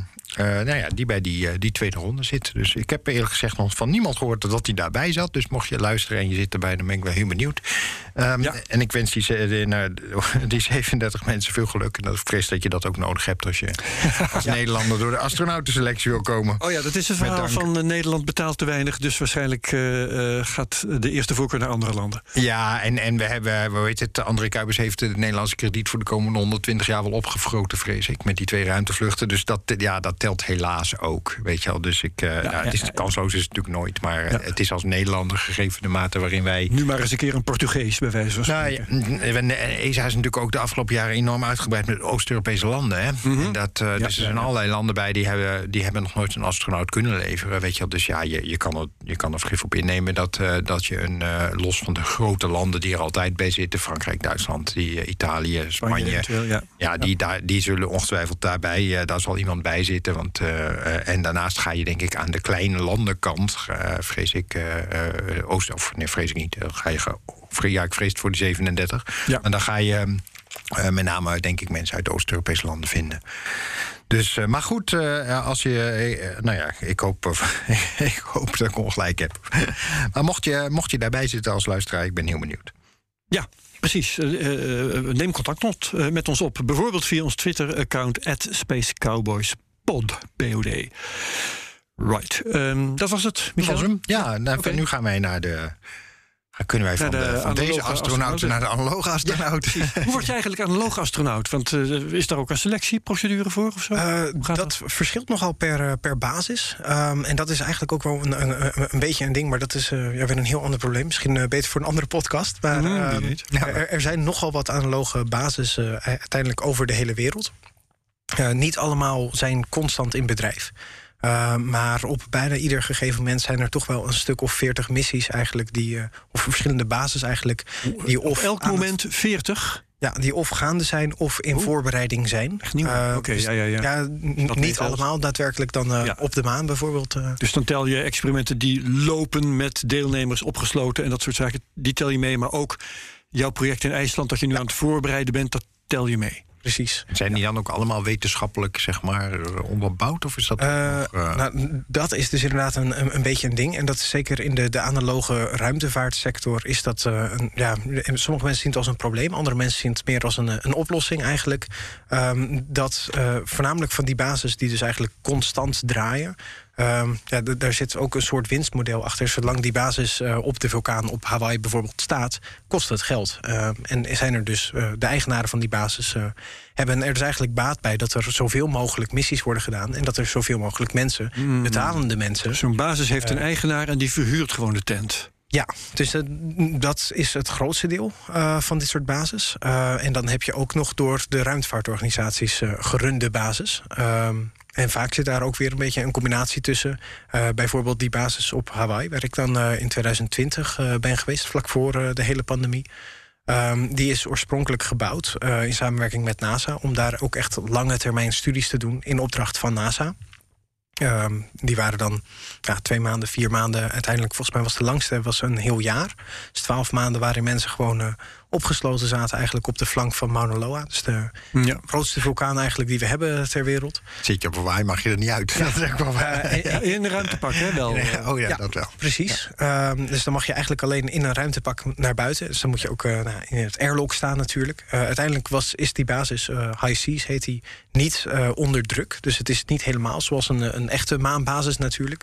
bij die tweede ronde zit. Dus ik heb eerlijk gezegd nog van niemand gehoord dat hij daarbij zat. Dus mocht je luisteren en je zit erbij, dan ben ik wel heel benieuwd. En ik wens die 37 mensen veel geluk. En ik vrees dat je dat ook nodig hebt als je als Nederlander door de astronautenselectie wil komen. Oh ja, dat is het verhaal van Nederland betaalt te weinig. Dus waarschijnlijk gaat de eerste voorkeur naar andere landen. Ja, en we hebben, André Kuipers heeft het Nederlandse krediet voor de komende 120 jaar wel opgevroten, vrees ik, met die 2 ruimtevluchten. Dus dat telt helaas ook, weet je wel. Dus kansloos is het natuurlijk nooit, maar het is als Nederlander gegeven de mate waarin wij... Nu maar eens een keer een Portugees, bij wijze van spreken. ESA is natuurlijk ook de afgelopen jaren enorm uitgebreid met Oost-Europese landen. Hè? En er zijn allerlei landen bij die hebben nog nooit een astronaut kunnen leveren, weet je wel. Dus je kan er vergif op innemen dat je los van de grote landen die er altijd bij zitten, Frankrijk, Duitsland, Italië, Spanje, die zullen ongetwijfeld daar zal iemand bij zitten. En daarnaast ga je denk ik aan de kleine landenkant, vrees ik, vrees ik niet. Ik vrees het voor die 37. Ja. En dan ga je met name, denk ik, mensen uit Oost-Europese landen vinden. Dus, maar goed, als je... ik hoop dat ik ongelijk heb. Maar mocht je daarbij zitten als luisteraar, ik ben heel benieuwd. Ja, precies. Neem contact met ons op. Bijvoorbeeld via ons Twitter-account @SpaceCowboysPod. POD. Right. Dat was het, Michael? Ja, nu gaan wij naar de... Kunnen wij van deze astronauten naar de analoge astronaut? Ja, hoe word je eigenlijk analoge astronaut? Want is daar ook een selectieprocedure voor? Of zo? Dat verschilt nogal per basis. En dat is eigenlijk ook wel een beetje een ding. Maar dat is weer een heel ander probleem. Misschien beter voor een andere podcast. Maar er zijn nogal wat analoge bases uiteindelijk over de hele wereld. Niet allemaal zijn constant in bedrijf. Maar op bijna ieder gegeven moment zijn er toch wel een stuk of 40 missies eigenlijk of verschillende bases eigenlijk. Die op elk moment 40? Ja, die of gaande zijn of in voorbereiding zijn. Echt nieuw? Oké, ja. Niet allemaal daadwerkelijk dan op de maan bijvoorbeeld. Dus dan tel je experimenten die lopen met deelnemers opgesloten en dat soort zaken, die tel je mee. Maar ook jouw project in IJsland dat je nu aan het voorbereiden bent, dat tel je mee. Precies. Zijn die dan ook allemaal wetenschappelijk, zeg maar, onderbouwd? Of is dat Nou, dat is dus inderdaad een beetje een ding. En dat is zeker in de analoge ruimtevaartsector is dat... sommige mensen zien het als een probleem. Andere mensen zien het meer als een oplossing eigenlijk. Dat voornamelijk van die bases die dus eigenlijk constant draaien... daar zit ook een soort winstmodel achter. Zolang die basis op de vulkaan op Hawaii bijvoorbeeld staat, kost het geld. En zijn er dus de eigenaren van die basis hebben er dus eigenlijk baat bij dat er zoveel mogelijk missies worden gedaan en dat er zoveel mogelijk mensen, betalende mensen... Zo'n basis heeft een eigenaar en die verhuurt gewoon de tent. Ja, dus dat is het grootste deel van dit soort bases. En dan heb je ook nog door de ruimtevaartorganisaties gerunde basis. En vaak zit daar ook weer een beetje een combinatie tussen. Bijvoorbeeld die basis op Hawaii, waar ik dan in 2020 ben geweest, vlak voor de hele pandemie. Die is oorspronkelijk gebouwd in samenwerking met NASA, om daar ook echt lange termijn studies te doen in opdracht van NASA. Die waren dan 2 maanden, 4 maanden. Uiteindelijk, volgens mij was de langste een heel jaar. Dus 12 maanden waarin mensen gewoon opgesloten zaten eigenlijk op de flank van Mauna Loa. Dus de grootste vulkaan eigenlijk die we hebben ter wereld. Zit je op Hawaii, mag je er niet uit. Ja. In een ruimtepak, hè? Wel. Dat wel. Precies. Dus dan mag je eigenlijk alleen in een ruimtepak naar buiten. Dus dan moet je ook in het airlock staan natuurlijk. Uiteindelijk is die basis, High Seas heet die, niet onder druk. Dus het is niet helemaal zoals een echte maanbasis natuurlijk.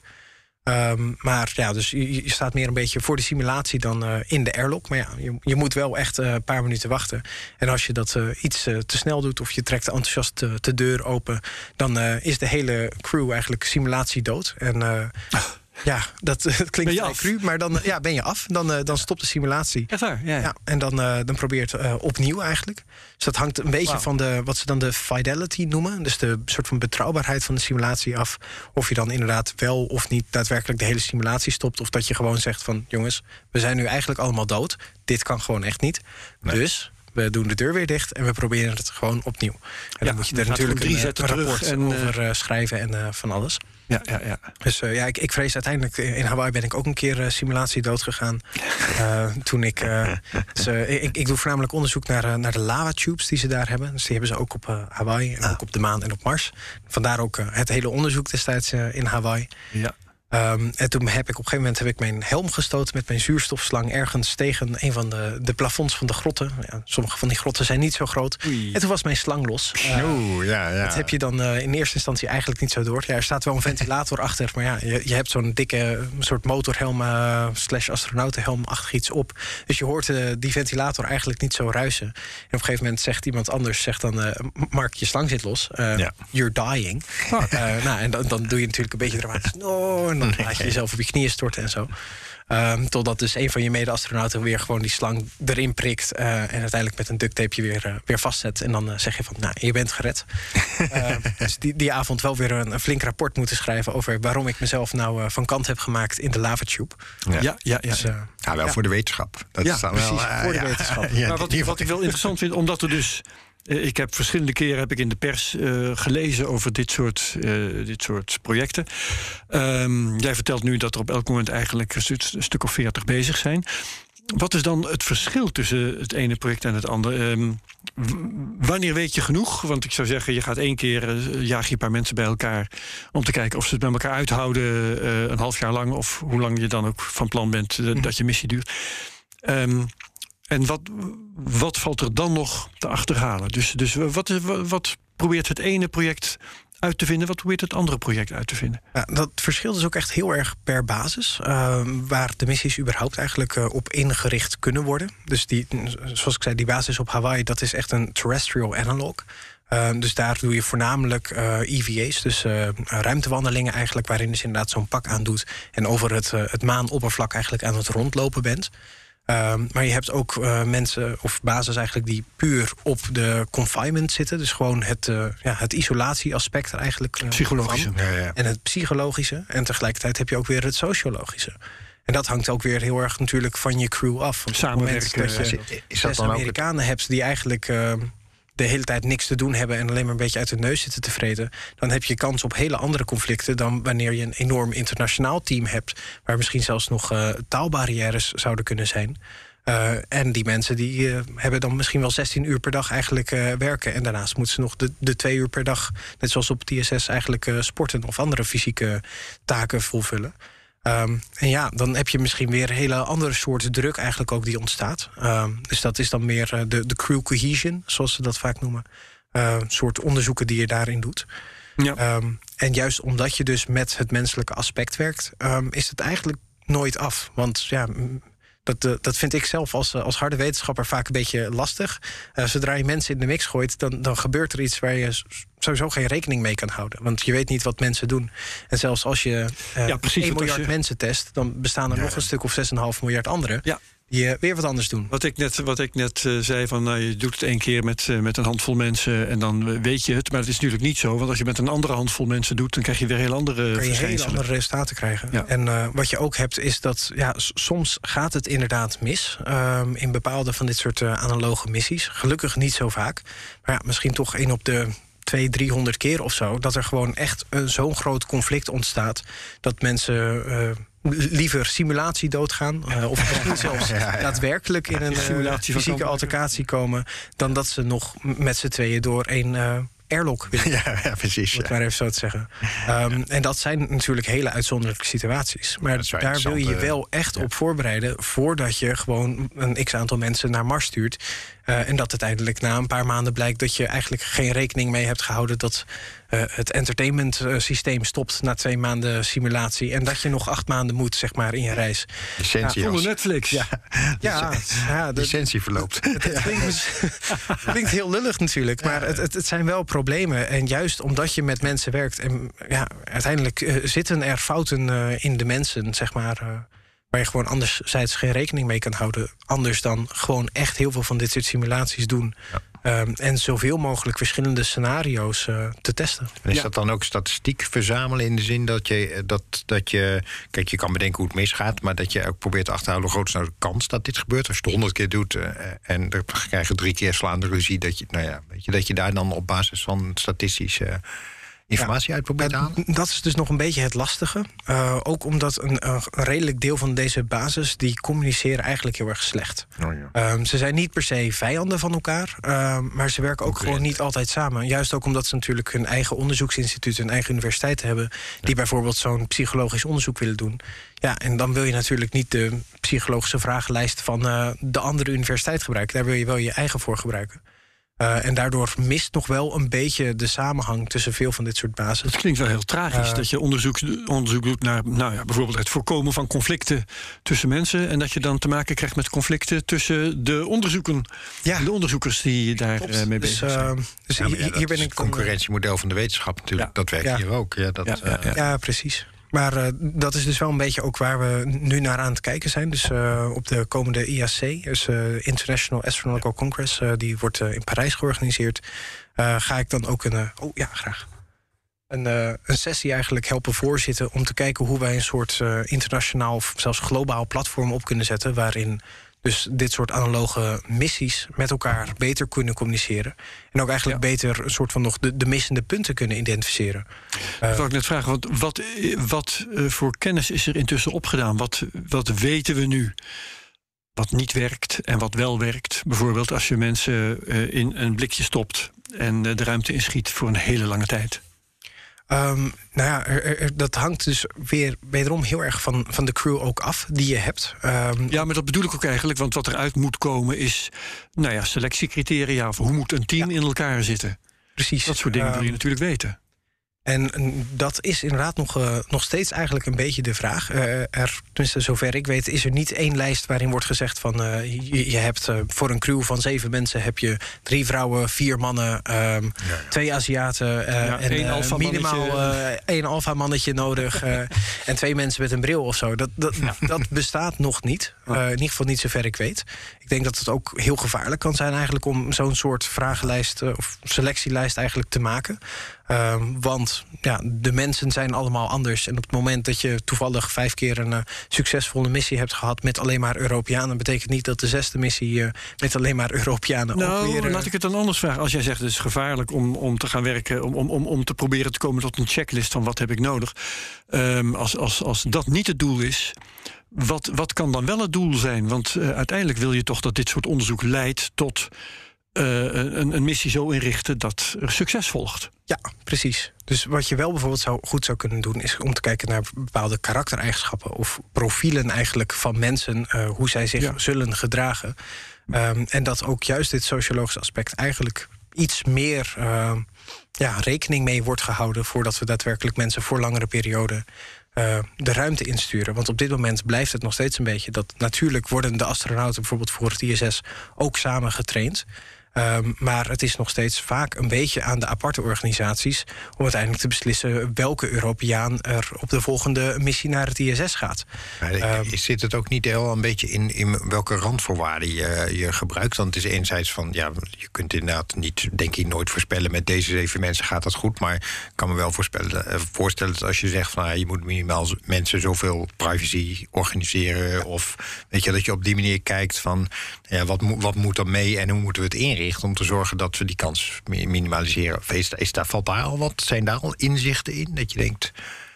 Maar ja, dus je staat meer een beetje voor de simulatie dan in de airlock. Maar ja, je moet wel echt een paar minuten wachten. En als je dat iets te snel doet of je trekt enthousiast de deur open, dan is de hele crew eigenlijk simulatie dood. En ja, dat klinkt vrij cru, maar dan ben je af. Dan stopt de simulatie. Echt waar? Ja. En dan probeer je het opnieuw eigenlijk. Dus dat hangt een beetje van wat ze dan de fidelity noemen. Dus de soort van betrouwbaarheid van de simulatie af. Of je dan inderdaad wel of niet daadwerkelijk de hele simulatie stopt. Of dat je gewoon zegt van, jongens, we zijn nu eigenlijk allemaal dood. Dit kan gewoon echt niet. Nee. Dus we doen de deur weer dicht en we proberen het gewoon opnieuw. En dan moet je er natuurlijk een rapport over schrijven en van alles. Ja. Dus ik vrees uiteindelijk, in Hawaii ben ik ook een keer simulatie doodgegaan. Toen ik doe voornamelijk onderzoek naar de lava tubes die ze daar hebben. Dus die hebben ze ook op Hawaii, en ook op de maan en op Mars. Vandaar ook het hele onderzoek destijds in Hawaii. Ja. En toen heb ik op een gegeven moment mijn helm gestoten met mijn zuurstofslang ergens tegen een van de plafonds van de grotten. Ja, sommige van die grotten zijn niet zo groot. En toen was mijn slang los. Dat heb je dan in eerste instantie eigenlijk niet zo door. Ja, er staat wel een ventilator achter, maar ja, je hebt zo'n dikke soort motorhelm / astronautenhelm-achtig iets op. Dus je hoort die ventilator eigenlijk niet zo ruisen. En op een gegeven moment zegt iemand anders, Mark, je slang zit los. You're dying. En dan doe je natuurlijk een beetje dramatisch. En dan laat je jezelf op je knieën storten en zo. Totdat dus een van je mede-astronauten weer gewoon die slang erin prikt. En uiteindelijk met een ducttape weer vastzet. En dan zeg je van, je bent gered. Dus die avond wel weer een flink rapport moeten schrijven over waarom ik mezelf nou van kant heb gemaakt in de lavatube. Ja. Dus, wel voor de wetenschap. Dat is dan precies, wel, voor de wetenschap. Maar wat ik wel interessant vind, omdat er dus... Ik heb verschillende keren in de pers gelezen over dit soort projecten. Jij vertelt nu dat er op elk moment eigenlijk een stuk of 40 bezig zijn. Wat is dan het verschil tussen het ene project en het andere? Wanneer weet je genoeg? Want ik zou zeggen, je gaat 1 keer jaag je een paar mensen bij elkaar om te kijken of ze het met elkaar uithouden een half jaar lang, of hoe lang je dan ook van plan bent dat je missie duurt. En wat valt er dan nog te achterhalen? Dus wat probeert het ene project uit te vinden? Wat probeert het andere project uit te vinden? Ja, dat verschilt dus ook echt heel erg per basis. Waar de missies überhaupt eigenlijk op ingericht kunnen worden. Dus zoals ik zei, die basis op Hawaii, dat is echt een terrestrial analog. Dus daar doe je voornamelijk EVA's, dus ruimtewandelingen eigenlijk, waarin dus inderdaad zo'n pak aandoet en over het maanoppervlak eigenlijk aan het rondlopen bent. Maar je hebt ook mensen of bases eigenlijk die puur op de confinement zitten. Dus gewoon het isolatieaspect er eigenlijk. Psychologische. En het psychologische. En tegelijkertijd heb je ook weer het sociologische. En dat hangt ook weer heel erg natuurlijk van je crew af. Want samenwerken. Dat je is dat dan Amerikanen hebt die eigenlijk de hele tijd niks te doen hebben en alleen maar een beetje uit de neus zitten te vreten, dan heb je kans op hele andere conflicten dan wanneer je een enorm internationaal team hebt, waar misschien zelfs nog taalbarrières zouden kunnen zijn. En die mensen die hebben dan misschien wel 16 uur per dag eigenlijk werken. En daarnaast moeten ze nog de 2 uur per dag, net zoals op TSS, eigenlijk sporten of andere fysieke taken volvullen. En ja, dan heb je misschien weer een hele andere soort druk eigenlijk ook die ontstaat. Dus dat is dan meer de crew cohesion, zoals ze dat vaak noemen. Soort onderzoeken die je daarin doet. Ja. En juist omdat je dus met het menselijke aspect werkt, is het eigenlijk nooit af. Want ja, dat vind ik zelf als harde wetenschapper vaak een beetje lastig. Zodra je mensen in de mix gooit, dan gebeurt er iets waar je sowieso geen rekening mee kan houden. Want je weet niet wat mensen doen. En zelfs als je 1 miljard mensen test, dan bestaan er nog een stuk of 6,5 miljard anderen. Ja. Die weer wat anders doen. Wat ik net zei, van je doet het 1 keer met een handvol mensen en dan weet je het. Maar dat is natuurlijk niet zo. Want als je met een andere handvol mensen doet, dan krijg je weer heel andere verschijnselen. Kan je hele andere resultaten krijgen. Ja. En wat je ook hebt is dat soms gaat het inderdaad mis. In bepaalde van dit soort analoge missies. Gelukkig niet zo vaak. Maar misschien toch 1 op de 200-300 keer of zo, dat er gewoon echt zo'n groot conflict ontstaat dat mensen liever simulatie doodgaan, of misschien zelfs daadwerkelijk in een fysieke altercatie komen, dan dat ze nog met z'n tweeën door één airlock willen. Ja, precies. Om het maar even zo te zeggen. En dat zijn natuurlijk hele uitzonderlijke situaties. Maar daar wil je wel echt op voorbereiden voordat je gewoon een x-aantal mensen naar Mars stuurt. En dat uiteindelijk na een paar maanden blijkt dat je eigenlijk geen rekening mee hebt gehouden dat het entertainment systeem stopt na 2 maanden simulatie. En dat je nog 8 maanden moet, zeg maar, in je reis. Licentie onder Netflix. Licentie verloopt. Het klinkt heel lullig natuurlijk, maar het zijn wel problemen. En juist omdat je met mensen werkt en uiteindelijk zitten er fouten in de mensen, zeg maar, waar je gewoon anderzijds geen rekening mee kan houden. Anders dan gewoon echt heel veel van dit soort simulaties doen. Ja. En zoveel mogelijk verschillende scenario's te testen. En is dat dan ook statistiek verzamelen in de zin dat je... Kijk, je kan bedenken hoe het misgaat, maar dat je ook probeert te achterhalen hoe groot is nou de kans dat dit gebeurt. Als je het 100 keer doet en dan krijg je 3 keer slaande ruzie, dat je daar dan op basis van statistische informatie uit probeert te halen? Dat is dus nog een beetje het lastige. Ook omdat een redelijk deel van deze basis, die communiceren eigenlijk heel erg slecht. Ze zijn niet per se vijanden van elkaar, maar ze werken ook gewoon niet altijd samen. Juist ook omdat ze natuurlijk hun eigen onderzoeksinstituut, hun eigen universiteit hebben, die bijvoorbeeld zo'n psychologisch onderzoek willen doen. Ja, en dan wil je natuurlijk niet de psychologische vragenlijst van de andere universiteit gebruiken. Daar wil je wel je eigen voor gebruiken. En daardoor mist nog wel een beetje de samenhang tussen veel van dit soort bases. Het klinkt wel heel tragisch dat je onderzoek doet naar bijvoorbeeld het voorkomen van conflicten tussen mensen. En dat je dan te maken krijgt met conflicten tussen de onderzoeken. Ja. De onderzoekers die daar mee bezig zijn. Dus hier ben ik het concurrentiemodel van de wetenschap natuurlijk. Ja. Dat werkt hier ook. Ja, precies. Maar dat is dus wel een beetje ook waar we nu naar aan het kijken zijn. Dus op de komende IAC, dus International Astronomical Congress, die wordt in Parijs georganiseerd. Ga ik dan ook graag een sessie eigenlijk helpen voorzitten om te kijken hoe wij een soort internationaal of zelfs globaal platform op kunnen zetten, waarin dus dit soort analoge missies met elkaar beter kunnen communiceren. En ook eigenlijk beter een soort van nog de missende punten kunnen identificeren. Dat wil ik net vragen, wat voor kennis is er intussen opgedaan? Wat weten we nu? Wat niet werkt en wat wel werkt? Bijvoorbeeld als je mensen in een blikje stopt en de ruimte inschiet voor een hele lange tijd. Dat hangt dus wederom heel erg van de crew ook af die je hebt. Ja, maar dat bedoel ik ook eigenlijk. Want wat eruit moet komen is selectiecriteria. Of hoe moet een team in elkaar zitten? Precies. Dat soort dingen wil je natuurlijk weten. En dat is inderdaad nog steeds eigenlijk een beetje de vraag. Tenminste, zover ik weet, is er niet één lijst waarin wordt gezegd van je hebt voor een crew van 7 mensen heb je 3 vrouwen, 4 mannen, 2 Aziaten en minimaal 1 alfamannetje nodig en 2 mensen met een bril of zo. Dat bestaat nog niet. In ieder geval niet zover ik weet. Ik denk dat het ook heel gevaarlijk kan zijn eigenlijk om zo'n soort vragenlijst of selectielijst eigenlijk te maken. Want Want de mensen zijn allemaal anders. En op het moment dat je toevallig 5 keer een succesvolle missie hebt gehad met alleen maar Europeanen, betekent niet dat de 6e missie met alleen maar Europeanen ook weer... laat ik het dan anders vragen. Als jij zegt het is gevaarlijk om te gaan werken, om te proberen te komen tot een checklist van wat heb ik nodig. Als dat niet het doel is, wat kan dan wel het doel zijn? Want uiteindelijk wil je toch dat dit soort onderzoek leidt tot een missie zo inrichten dat er succes volgt. Ja, precies. Dus wat je wel bijvoorbeeld goed zou kunnen doen, is om te kijken naar bepaalde karaktereigenschappen of profielen eigenlijk van mensen, hoe zij zich zullen gedragen. En dat ook juist dit sociologische aspect eigenlijk iets meer rekening mee wordt gehouden voordat we daadwerkelijk mensen voor langere perioden de ruimte insturen. Want op dit moment blijft het nog steeds een beetje dat natuurlijk worden de astronauten bijvoorbeeld voor het ISS ook samen getraind. Maar het is nog steeds vaak een beetje aan de aparte organisaties om uiteindelijk te beslissen welke Europeaan er op de volgende missie naar het ISS gaat. Zit het ook niet heel een beetje in welke randvoorwaarden je gebruikt? Want het is enerzijds van, je kunt inderdaad niet, denk ik, nooit voorspellen met deze 7 mensen gaat dat goed, maar ik kan me wel voorstellen dat als je zegt van je moet minimaal mensen zoveel privacy organiseren, of weet je, dat je op die manier kijkt van wat moet er mee en hoe moeten we het inrichten om te zorgen dat we die kans minimaliseren. Valt daar al wat? Zijn daar al inzichten in dat je denkt?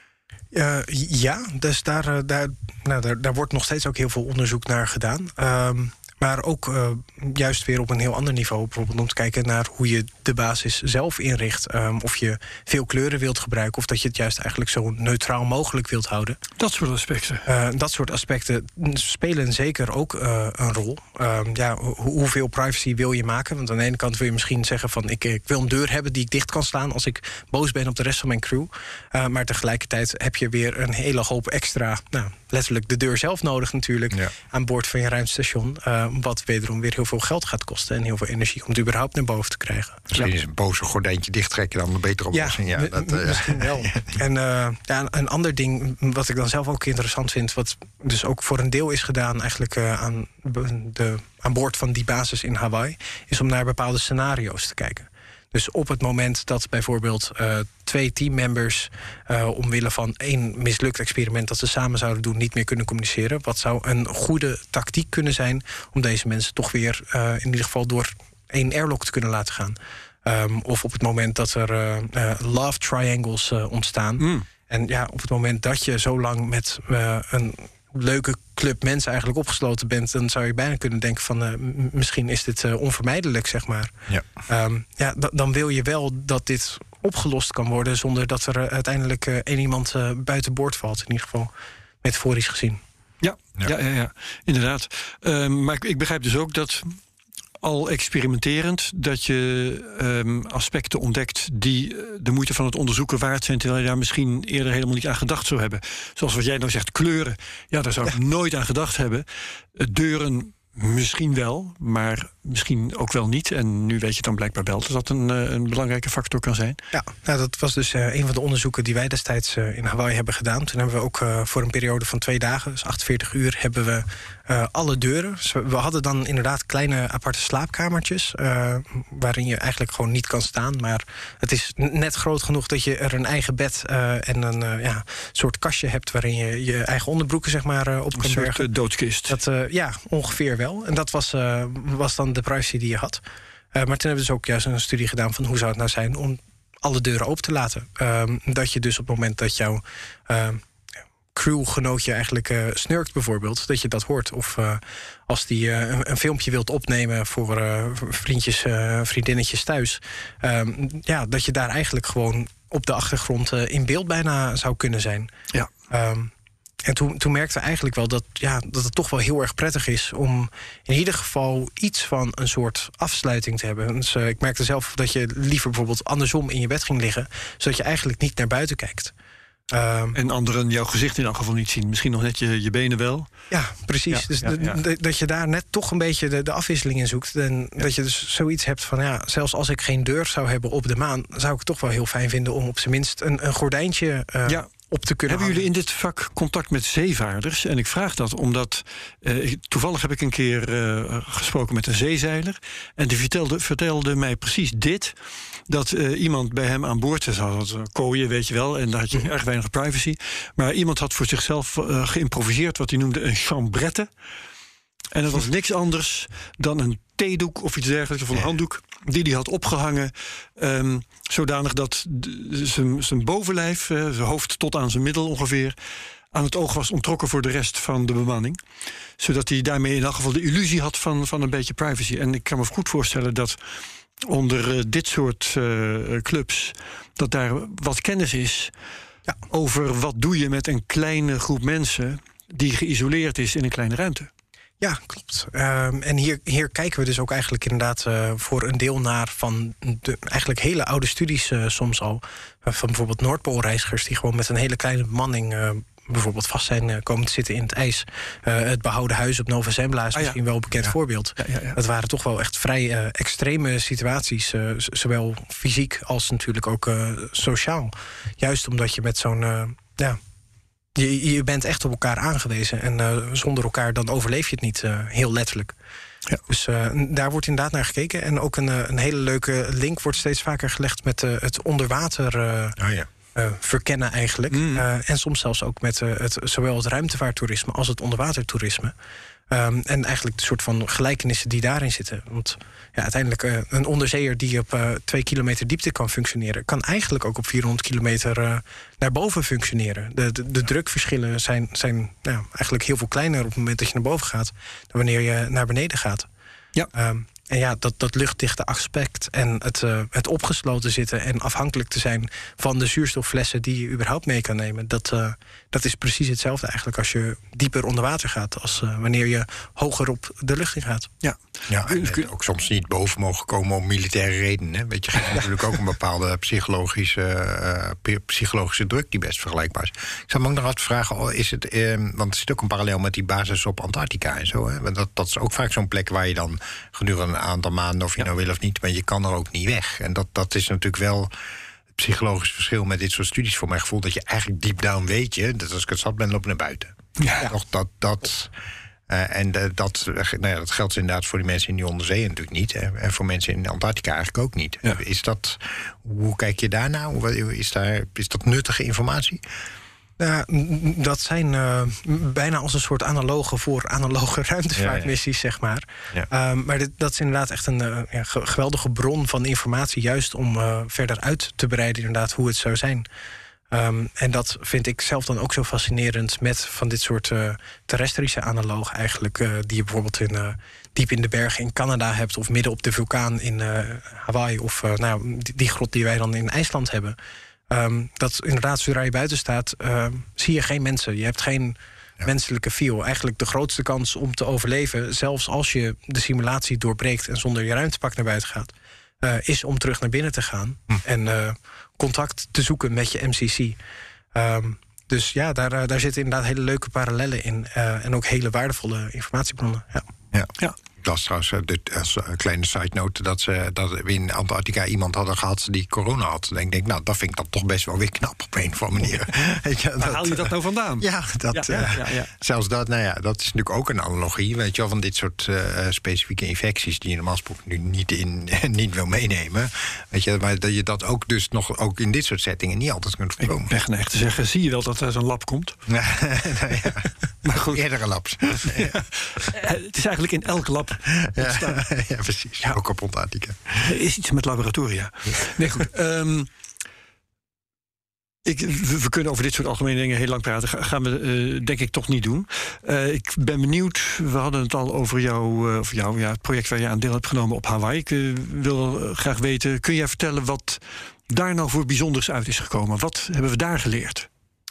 Dus daar wordt nog steeds ook heel veel onderzoek naar gedaan. Maar ook juist weer op een heel ander niveau. Bijvoorbeeld om te kijken naar hoe je de basis zelf inricht. Of je veel kleuren wilt gebruiken, of dat je het juist eigenlijk zo neutraal mogelijk wilt houden. Dat soort aspecten. Dat soort aspecten spelen zeker ook een rol. Hoeveel privacy wil je maken? Want aan de ene kant wil je misschien zeggen van ik wil een deur hebben die ik dicht kan slaan als ik boos ben op de rest van mijn crew. Maar tegelijkertijd heb je weer een hele hoop extra, letterlijk de deur zelf nodig natuurlijk, aan boord van je ruimtestation. Wat wederom weer heel veel geld gaat kosten en heel veel energie om het überhaupt naar boven te krijgen. Misschien is een boze gordijntje dichttrekken dan een betere oplossing. Misschien wel. En een ander ding wat ik dan zelf ook interessant vind, wat dus ook voor een deel is gedaan eigenlijk aan boord van die basis in Hawaii, is om naar bepaalde scenario's te kijken. Dus op het moment dat bijvoorbeeld 2 teammembers omwille van 1 mislukt experiment dat ze samen zouden doen niet meer kunnen communiceren, wat zou een goede tactiek kunnen zijn om deze mensen toch weer in ieder geval door 1 airlock te kunnen laten gaan. Of op het moment dat er love triangles ontstaan. En op het moment dat je zo lang met een leuke club mensen eigenlijk opgesloten bent, dan zou je bijna kunnen denken van misschien is dit onvermijdelijk, zeg maar. Dan wil je wel dat dit opgelost kan worden zonder dat er uiteindelijk 1 iemand buiten boord valt, in ieder geval metaforisch gezien. Ja, inderdaad. Maar ik begrijp dus ook dat al experimenterend dat je aspecten ontdekt die de moeite van het onderzoeken waard zijn, terwijl je daar misschien eerder helemaal niet aan gedacht zou hebben. Zoals wat jij nou zegt, kleuren. Ja, daar zou ik nooit aan gedacht hebben. Deuren misschien wel, maar misschien ook wel niet. En nu weet je dan blijkbaar wel dat dat een belangrijke factor kan zijn. Ja, dat was dus een van de onderzoeken die wij destijds in Hawaii hebben gedaan. Toen hebben we ook voor een periode van 2 dagen, dus 48 uur, hebben we alle deuren. Dus we hadden dan inderdaad kleine aparte slaapkamertjes, waarin je eigenlijk gewoon niet kan staan. Maar het is net groot genoeg dat je er een eigen bed en een soort kastje hebt waarin je je eigen onderbroeken, zeg maar, op kan bergen. Een soort doodskist. Ongeveer wel. En dat was dan de privacy die je had. Maar toen hebben we dus ook juist een studie gedaan van hoe zou het nou zijn om alle deuren open te laten. Dat je dus op het moment dat jouw crewgenootje eigenlijk snurkt bijvoorbeeld, dat je dat hoort. Of als die een filmpje wilt opnemen voor vriendjes, vriendinnetjes thuis. Dat je daar eigenlijk gewoon op de achtergrond in beeld bijna zou kunnen zijn. Ja. En toen merkten we eigenlijk wel dat het toch wel heel erg prettig is om in ieder geval iets van een soort afsluiting te hebben. Dus ik merkte zelf dat je liever bijvoorbeeld andersom in je bed ging liggen, zodat je eigenlijk niet naar buiten kijkt. En anderen jouw gezicht in elk geval niet zien. Misschien nog net je benen wel. Ja, precies. Dat je daar net toch een beetje de afwisseling in zoekt. En dat je dus zoiets hebt van zelfs als ik geen deur zou hebben op de maan, zou ik het toch wel heel fijn vinden om op zijn minst een gordijntje op te kunnen. Hebben jullie in dit vak contact met zeevaarders? En ik vraag dat omdat toevallig heb ik een keer gesproken met een zeezeiler. En die vertelde mij precies dit. dat iemand bij hem aan boord... Ze had kooien, weet je wel, en daar had je erg weinig privacy. Maar iemand had voor zichzelf geïmproviseerd... wat hij noemde een chambrette. En dat was niks anders dan een theedoek of iets dergelijks... of een handdoek die hij had opgehangen... zodanig dat zijn bovenlijf, zijn hoofd tot aan zijn middel ongeveer... aan het oog was onttrokken voor de rest van de bemanning. Zodat hij daarmee in elk geval de illusie had van een beetje privacy. En ik kan me goed voorstellen dat onder dit soort clubs... dat daar wat kennis is over wat doe je met een kleine groep mensen... die geïsoleerd is in een kleine ruimte. Ja, klopt. En hier kijken we dus ook eigenlijk inderdaad voor een deel naar... van de eigenlijk hele oude studies soms al. Van bijvoorbeeld Noordpoolreizigers die gewoon met een hele kleine bemanning... bijvoorbeeld vast zijn komen te zitten in het ijs. Het behouden huis op Nova Zembla is misschien wel een bekend voorbeeld. Ja. Dat waren toch wel echt vrij extreme situaties. Zowel fysiek als natuurlijk ook sociaal. Juist omdat je met zo'n... Je bent echt op elkaar aangewezen. En zonder elkaar dan overleef je het niet heel letterlijk. Ja. Dus daar wordt inderdaad naar gekeken. En ook een hele leuke link wordt steeds vaker gelegd... met het onderwater verkennen eigenlijk. En soms zelfs ook met zowel het ruimtevaarttoerisme... als het onderwatertoerisme. En eigenlijk de soort van gelijkenissen die daarin zitten. Want uiteindelijk een onderzeeër die op 2 kilometer diepte kan functioneren... kan eigenlijk ook op 400 kilometer naar boven functioneren. De drukverschillen zijn eigenlijk heel veel kleiner... op het moment dat je naar boven gaat... dan wanneer je naar beneden gaat. Ja. En dat luchtdichte aspect en het opgesloten zitten... en afhankelijk te zijn van de zuurstofflessen die je überhaupt mee kan nemen... dat is precies hetzelfde eigenlijk als je dieper onder water gaat... als wanneer je hoger op de lucht in gaat. Ja, en ook soms niet boven mogen komen om militaire redenen. Hè? Weet je, geeft natuurlijk ook een bepaalde psychologische druk... die best vergelijkbaar is. Ik zou me ook nog afvragen, want er zit ook een parallel... met die basis op Antarctica en zo. Hè? Dat is ook vaak zo'n plek waar je dan gedurende... een aantal maanden, of je nou wil of niet... maar je kan er ook niet weg. En dat is natuurlijk wel het psychologisch verschil... met dit soort studies voor mijn gevoel... dat je eigenlijk deep down weet je... dat als ik het zat ben, loop ik naar buiten. Ja. Dat geldt inderdaad voor die mensen in die onderzee natuurlijk niet. Hè, en voor mensen in Antarctica eigenlijk ook niet. Ja. Hoe kijk je daarna? Is dat nuttige informatie? Dat zijn bijna als een soort analoge voor analoge ruimtevaartmissies, zeg maar. Ja. Maar dat is inderdaad echt een geweldige bron van informatie... juist om verder uit te breiden inderdaad hoe het zou zijn. En dat vind ik zelf dan ook zo fascinerend... met van dit soort terrestrische analogen eigenlijk... die je bijvoorbeeld diep in de bergen in Canada hebt... of midden op de vulkaan in Hawaii... of die grot die wij dan in IJsland hebben... dat inderdaad, zodra je buiten staat, zie je geen mensen. Je hebt geen menselijke feel. Eigenlijk de grootste kans om te overleven... zelfs als je de simulatie doorbreekt... en zonder je ruimtepak naar buiten gaat... is om terug naar binnen te gaan... en contact te zoeken met je MCC. Dus ja, daar zitten inderdaad hele leuke parallellen in... en ook hele waardevolle informatiebronnen. Ja. Ik las trouwens, als een kleine side note... dat we in Antarctica iemand hadden gehad die corona had. Ik denk, dat vind ik dan toch best wel weer knap op een of andere manier. Waar haal je dat nou vandaan? Zelfs dat, dat is natuurlijk ook een analogie. Weet je wel, van dit soort specifieke infecties... die je normaal gesproken nu niet wil meenemen. Weet je, maar dat je dat ook dus nog ook in dit soort settingen... niet altijd kunt voorkomen. Ik ben geneigd te zeggen, zie je wel dat er zo'n lab komt? Maar goed. Eerdere labs. Het is eigenlijk in elk lab... Ja, precies. Ja. Ook op Antarctica. Er is iets met laboratoria. Nee, goed. We kunnen over dit soort algemene dingen heel lang praten. Gaan we denk ik toch niet doen. Ik ben benieuwd, we hadden het al over het project waar je aan deel hebt genomen op Hawaii. Ik wil graag weten, kun jij vertellen wat daar nou voor bijzonders uit is gekomen? Wat hebben we daar geleerd?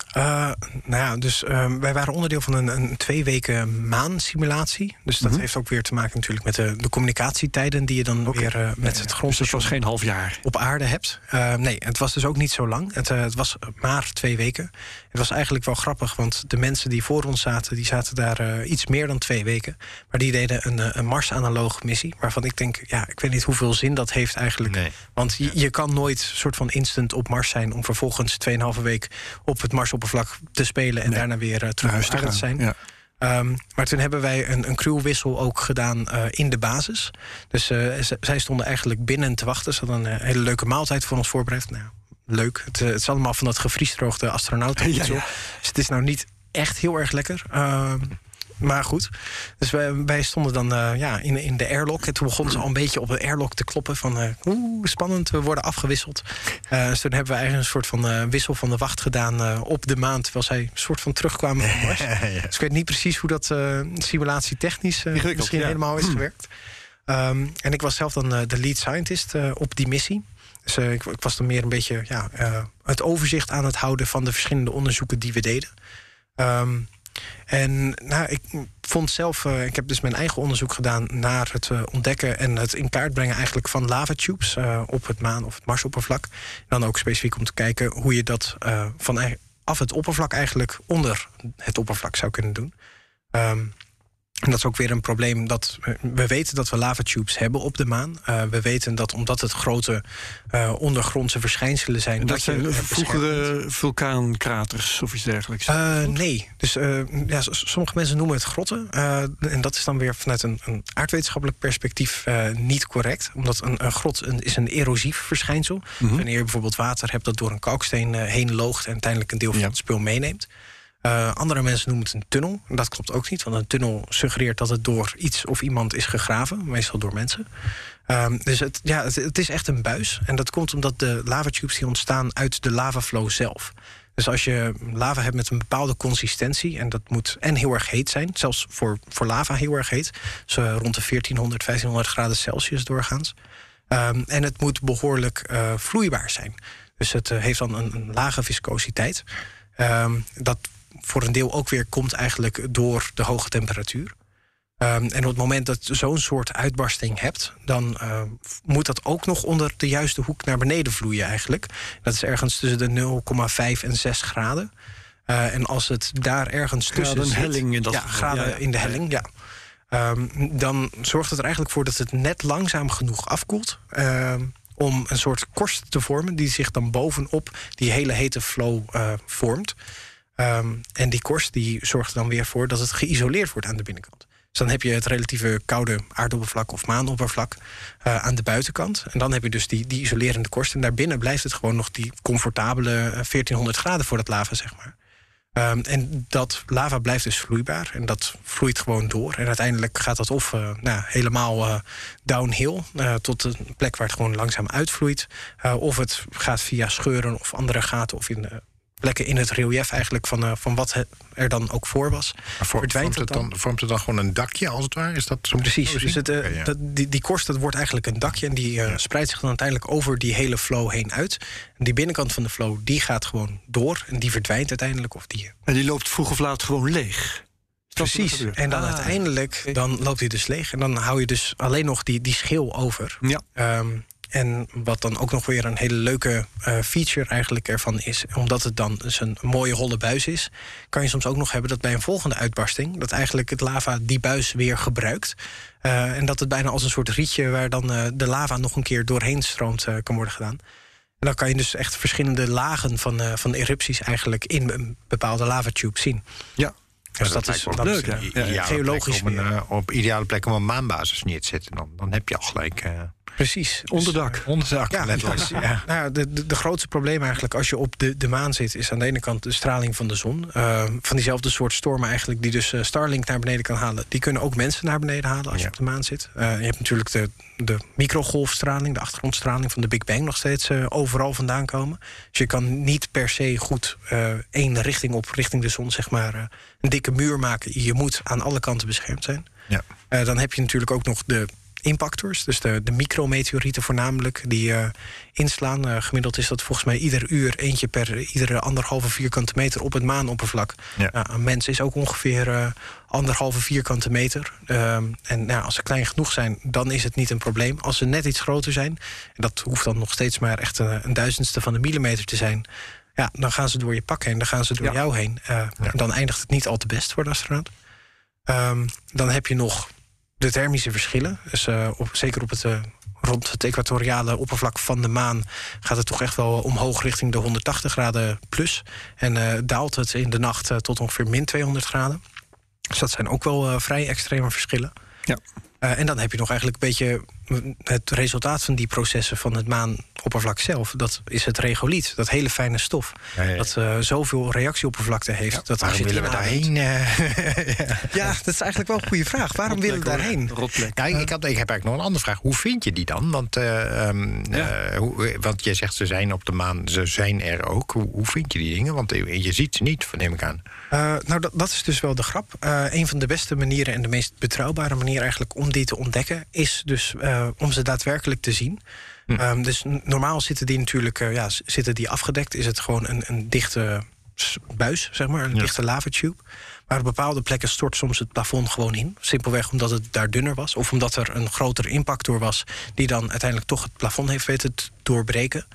Wij waren onderdeel van een 2 weken maansimulatie. Dus dat heeft ook weer te maken natuurlijk met de communicatietijden... die je dan weer met het grondstation... Dus het was geen half jaar? ...op aarde hebt. Nee, het was dus ook niet zo lang. Het was maar 2 weken. Het was eigenlijk wel grappig, want de mensen die voor ons zaten... die zaten daar iets meer dan 2 weken. Maar die deden een Mars-analoog missie... waarvan ik denk, ik weet niet hoeveel zin dat heeft eigenlijk. Nee. Want je kan nooit soort van instant op Mars zijn... om vervolgens 2,5 week op het Marsoppervlak te spelen... en daarna weer terug naar aarde te zijn. Ja. Maar toen hebben wij een crewwissel ook gedaan in de basis. Dus zij stonden eigenlijk binnen te wachten. Ze hadden een hele leuke maaltijd voor ons voorbereid. Nou, leuk. Het is allemaal van dat gevriesdroogde astronautenvoedsel. Ja. Dus het is nou niet echt heel erg lekker. Maar goed, dus wij stonden dan in de airlock. En toen begonnen ze al een beetje op de airlock te kloppen van spannend, we worden afgewisseld. Dus toen hebben we eigenlijk een soort van wissel van de wacht gedaan op de maan, terwijl zij een soort van terugkwamen van Mars. Ja. Dus ik weet niet precies hoe dat simulatietechnisch misschien helemaal is gewerkt. En ik was zelf dan de lead scientist op die missie. Dus ik was dan meer een beetje het overzicht aan het houden van de verschillende onderzoeken die we deden. En ik vond zelf, ik heb dus mijn eigen onderzoek gedaan naar het ontdekken en het in kaart brengen eigenlijk van lavatubes op het maan- of het Marsoppervlak. En dan ook specifiek om te kijken hoe je dat vanaf het oppervlak eigenlijk onder het oppervlak zou kunnen doen. En dat is ook weer een probleem dat we weten dat we lavatubes hebben op de maan. We weten dat omdat het grote ondergrondse verschijnselen zijn. En dat zijn vroegere vulkaankraters of iets dergelijks? Nee. Dus sommige mensen noemen het grotten. En dat is dan weer vanuit een aardwetenschappelijk perspectief niet correct. Omdat een grot is een erosief verschijnsel. Mm-hmm. Wanneer je bijvoorbeeld water hebt dat door een kalksteen heen loogt en uiteindelijk een deel van het spul meeneemt. Andere mensen noemen het een tunnel. Dat klopt ook niet, want een tunnel suggereert dat het door iets of iemand is gegraven. Meestal door mensen. Dus het is echt een buis. En dat komt omdat de lavatubes die ontstaan uit de lavaflow zelf. Dus als je lava hebt met een bepaalde consistentie, en dat moet en heel erg heet zijn, zelfs voor lava heel erg heet, dus rond de 1500 graden Celsius doorgaans. En het moet behoorlijk vloeibaar zijn. Dus het heeft dan een lage viscositeit. Dat voor een deel ook weer komt eigenlijk door de hoge temperatuur. En op het moment dat je zo'n soort uitbarsting hebt, dan moet dat ook nog onder de juiste hoek naar beneden vloeien eigenlijk. Dat is ergens tussen de 0,5 en 6 graden. En als het daar ergens tussen zit, helling in dat graden in de helling, dan zorgt het er eigenlijk voor dat het net langzaam genoeg afkoelt om een soort korst te vormen die zich dan bovenop die hele hete flow vormt. En die korst die zorgt er dan weer voor dat het geïsoleerd wordt aan de binnenkant. Dus dan heb je het relatieve koude aardoppervlak of maanoppervlak aan de buitenkant. En dan heb je dus die isolerende korst. En daarbinnen blijft het gewoon nog die comfortabele 1400 graden voor dat lava, zeg maar. En dat lava blijft dus vloeibaar. En dat vloeit gewoon door. En uiteindelijk gaat dat of helemaal downhill tot een plek waar het gewoon langzaam uitvloeit. Of het gaat via scheuren of andere gaten of in plekken in het relief eigenlijk van wat er dan ook voor was. Vormt het dan gewoon een dakje als het ware? Is dat zo? Precies. Dus die korst, dat wordt eigenlijk een dakje en die spreidt zich dan uiteindelijk over die hele flow heen uit. En die binnenkant van de flow, die gaat gewoon door en die verdwijnt uiteindelijk. En die loopt vroeg of laat gewoon leeg. Precies. En dan uiteindelijk dan loopt hij dus leeg en dan hou je dus alleen nog die schil over. Ja. En wat dan ook nog weer een hele leuke feature eigenlijk ervan is, omdat het dan dus een mooie holle buis is, kan je soms ook nog hebben dat bij een volgende uitbarsting dat eigenlijk het lava die buis weer gebruikt. En dat het bijna als een soort rietje waar dan de lava nog een keer doorheen stroomt kan worden gedaan. En dan kan je dus echt verschillende lagen van erupties eigenlijk in een bepaalde lavatube zien. Ja. Dus dat is leuk. Geologisch op ideale plek om een maanbasis neer te zetten. Dan heb je al gelijk. Precies. Onderdak. Ja, letterlijk. Ja. Nou, de grootste probleem eigenlijk als je op de maan zit, is aan de ene kant de straling van de zon. Van diezelfde soort stormen eigenlijk die dus Starlink naar beneden kan halen. Die kunnen ook mensen naar beneden halen als je op de maan zit. Je hebt natuurlijk de microgolfstraling, de achtergrondstraling van de Big Bang nog steeds overal vandaan komen. Dus je kan niet per se goed één richting op, richting de zon, zeg maar, een dikke muur maken. Je moet aan alle kanten beschermd zijn. Ja. Dan heb je natuurlijk ook nog de impactors, dus de micrometeorieten voornamelijk, die inslaan. Gemiddeld is dat volgens mij ieder uur eentje per iedere 1,5 vierkante meter op het maanoppervlak. Ja. Een mens is ook ongeveer 1,5 vierkante meter. En als ze klein genoeg zijn, dan is het niet een probleem. Als ze net iets groter zijn, en dat hoeft dan nog steeds maar echt een duizendste van een millimeter te zijn, dan gaan ze door je pak heen, dan gaan ze door jou heen. En dan eindigt het niet al te best voor de astronaut. Dan heb je nog de thermische verschillen. Dus zeker rond het equatoriale oppervlak van de maan gaat het toch echt wel omhoog richting de 180 graden plus. En daalt het in de nacht tot ongeveer min 200 graden. Dus dat zijn ook wel vrij extreme verschillen. Ja. En dan heb je nog eigenlijk een beetje het resultaat van die processen van het maanoppervlak zelf. Dat is het regoliet, dat hele fijne stof. Dat zoveel reactieoppervlakte heeft. Dat waarom willen we daarheen? Ja, dat is eigenlijk wel een goede vraag. Waarom willen we daarheen? Ja, ik heb eigenlijk nog een andere vraag. Hoe vind je die dan? Want jij zegt ze zijn op de maan, ze zijn er ook. Hoe vind je die dingen? Want je ziet ze niet, neem ik aan. Dat is dus wel de grap. Een van de beste manieren en de meest betrouwbare manier eigenlijk om die te ontdekken is dus om ze daadwerkelijk te zien. Dus normaal zitten die natuurlijk zitten die afgedekt. Is het gewoon een dichte buis, zeg maar, een dichte lavatube. Maar op bepaalde plekken stort soms het plafond gewoon in. Simpelweg omdat het daar dunner was. Of omdat er een grotere impact door was die dan uiteindelijk toch het plafond heeft weten te doorbreken.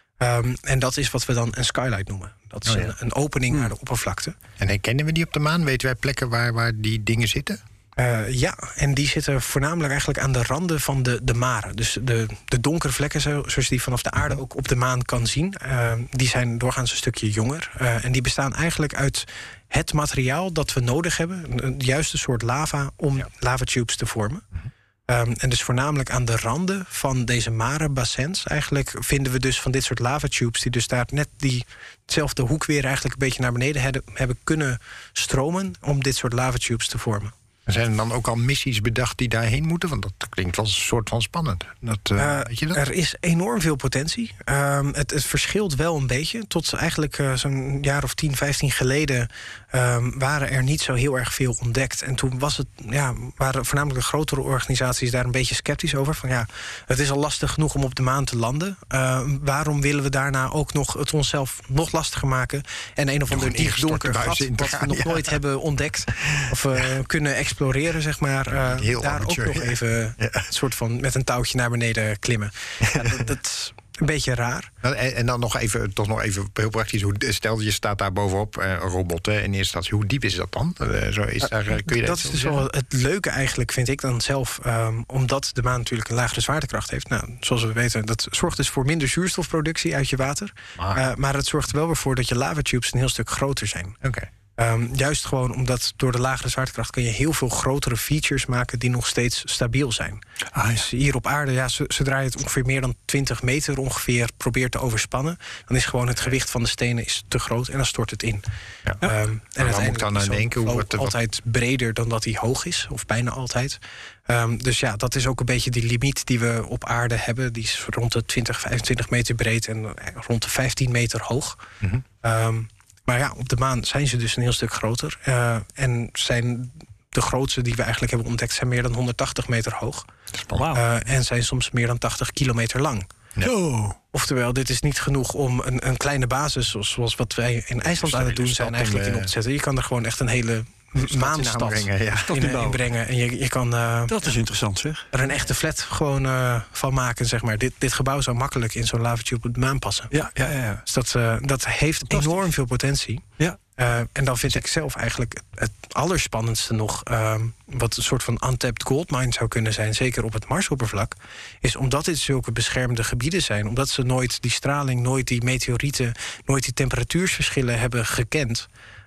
En dat is wat we dan een skylight noemen. Dat is een opening naar de oppervlakte. En herkennen we die op de maan? Weten wij plekken waar die dingen zitten? Ja, en die zitten voornamelijk eigenlijk aan de randen van de maren. Dus de donkere vlekken, zoals je die vanaf de aarde ook op de maan kan zien, die zijn doorgaans een stukje jonger. En die bestaan eigenlijk uit het materiaal dat we nodig hebben, een juiste soort lava, om lavatubes te vormen. En dus voornamelijk aan de randen van deze marenbassins eigenlijk vinden we dus van dit soort lavatubes die dus daar net diezelfde hoek weer eigenlijk een beetje naar beneden hebben kunnen stromen om dit soort lavatubes te vormen. Zijn er dan ook al missies bedacht die daarheen moeten? Want dat klinkt wel een soort van spannend. Weet je dat? Er is enorm veel potentie. Het verschilt wel een beetje. Tot eigenlijk zo'n jaar of 10, 15 geleden waren er niet zo heel erg veel ontdekt. En toen waren voornamelijk de grotere organisaties daar een beetje sceptisch over. Van het is al lastig genoeg om op de maan te landen. Waarom willen we daarna ook nog het onszelf nog lastiger maken? En een of ander dichtdonker gat wat we nog nooit hebben ontdekt. Of kunnen exploreren, zeg maar. Daar ook nog even een soort van met een touwtje naar beneden klimmen. Dat is een beetje raar. En dan nog even heel praktisch. Stel, je staat daar bovenop, een robot in eerste instantie. Hoe diep is dat dan? Dat is dus wel het leuke eigenlijk, vind ik dan zelf. Omdat de maan natuurlijk een lagere zwaartekracht heeft. Nou, zoals we weten, dat zorgt dus voor minder zuurstofproductie uit je water. Maar het zorgt er wel weer voor dat je lavatubes een heel stuk groter zijn. Oké. Juist gewoon omdat door de lagere zwaartekracht kan je heel veel grotere features maken die nog steeds stabiel zijn. Dus hier op aarde, zodra je het ongeveer meer dan 20 meter ongeveer probeert te overspannen, dan is gewoon het gewicht van de stenen is te groot en dan stort het in. En uiteindelijk dan aan denken hoe het altijd breder dan dat hij hoog is, of bijna altijd. Dus dat is ook een beetje die limiet die we op aarde hebben. Die is rond de 20, 25 meter breed en rond de 15 meter hoog. Maar op de maan zijn ze dus een heel stuk groter. En zijn de grootste die we eigenlijk hebben ontdekt zijn meer dan 180 meter hoog. En zijn soms meer dan 80 kilometer lang. Ja. Oftewel, dit is niet genoeg om een kleine basis, zoals wat wij in IJsland aan het doen zijn, eigenlijk in op te zetten. Je kan er gewoon echt een hele maanstad inbrengen. En je kan dat is interessant, zeg. Er een echte flat gewoon van maken, zeg maar. Dit gebouw zou makkelijk in zo'n lavatube op de maan passen. Ja. Dus dat heeft enorm veel potentie. Ja. En dan vind ik zelf eigenlijk het allerspannendste nog, wat een soort van untapped goldmine zou kunnen zijn, zeker op het Marsoppervlak, is omdat dit zulke beschermde gebieden zijn, omdat ze nooit die straling, nooit die meteorieten, nooit die temperatuursverschillen hebben gekend.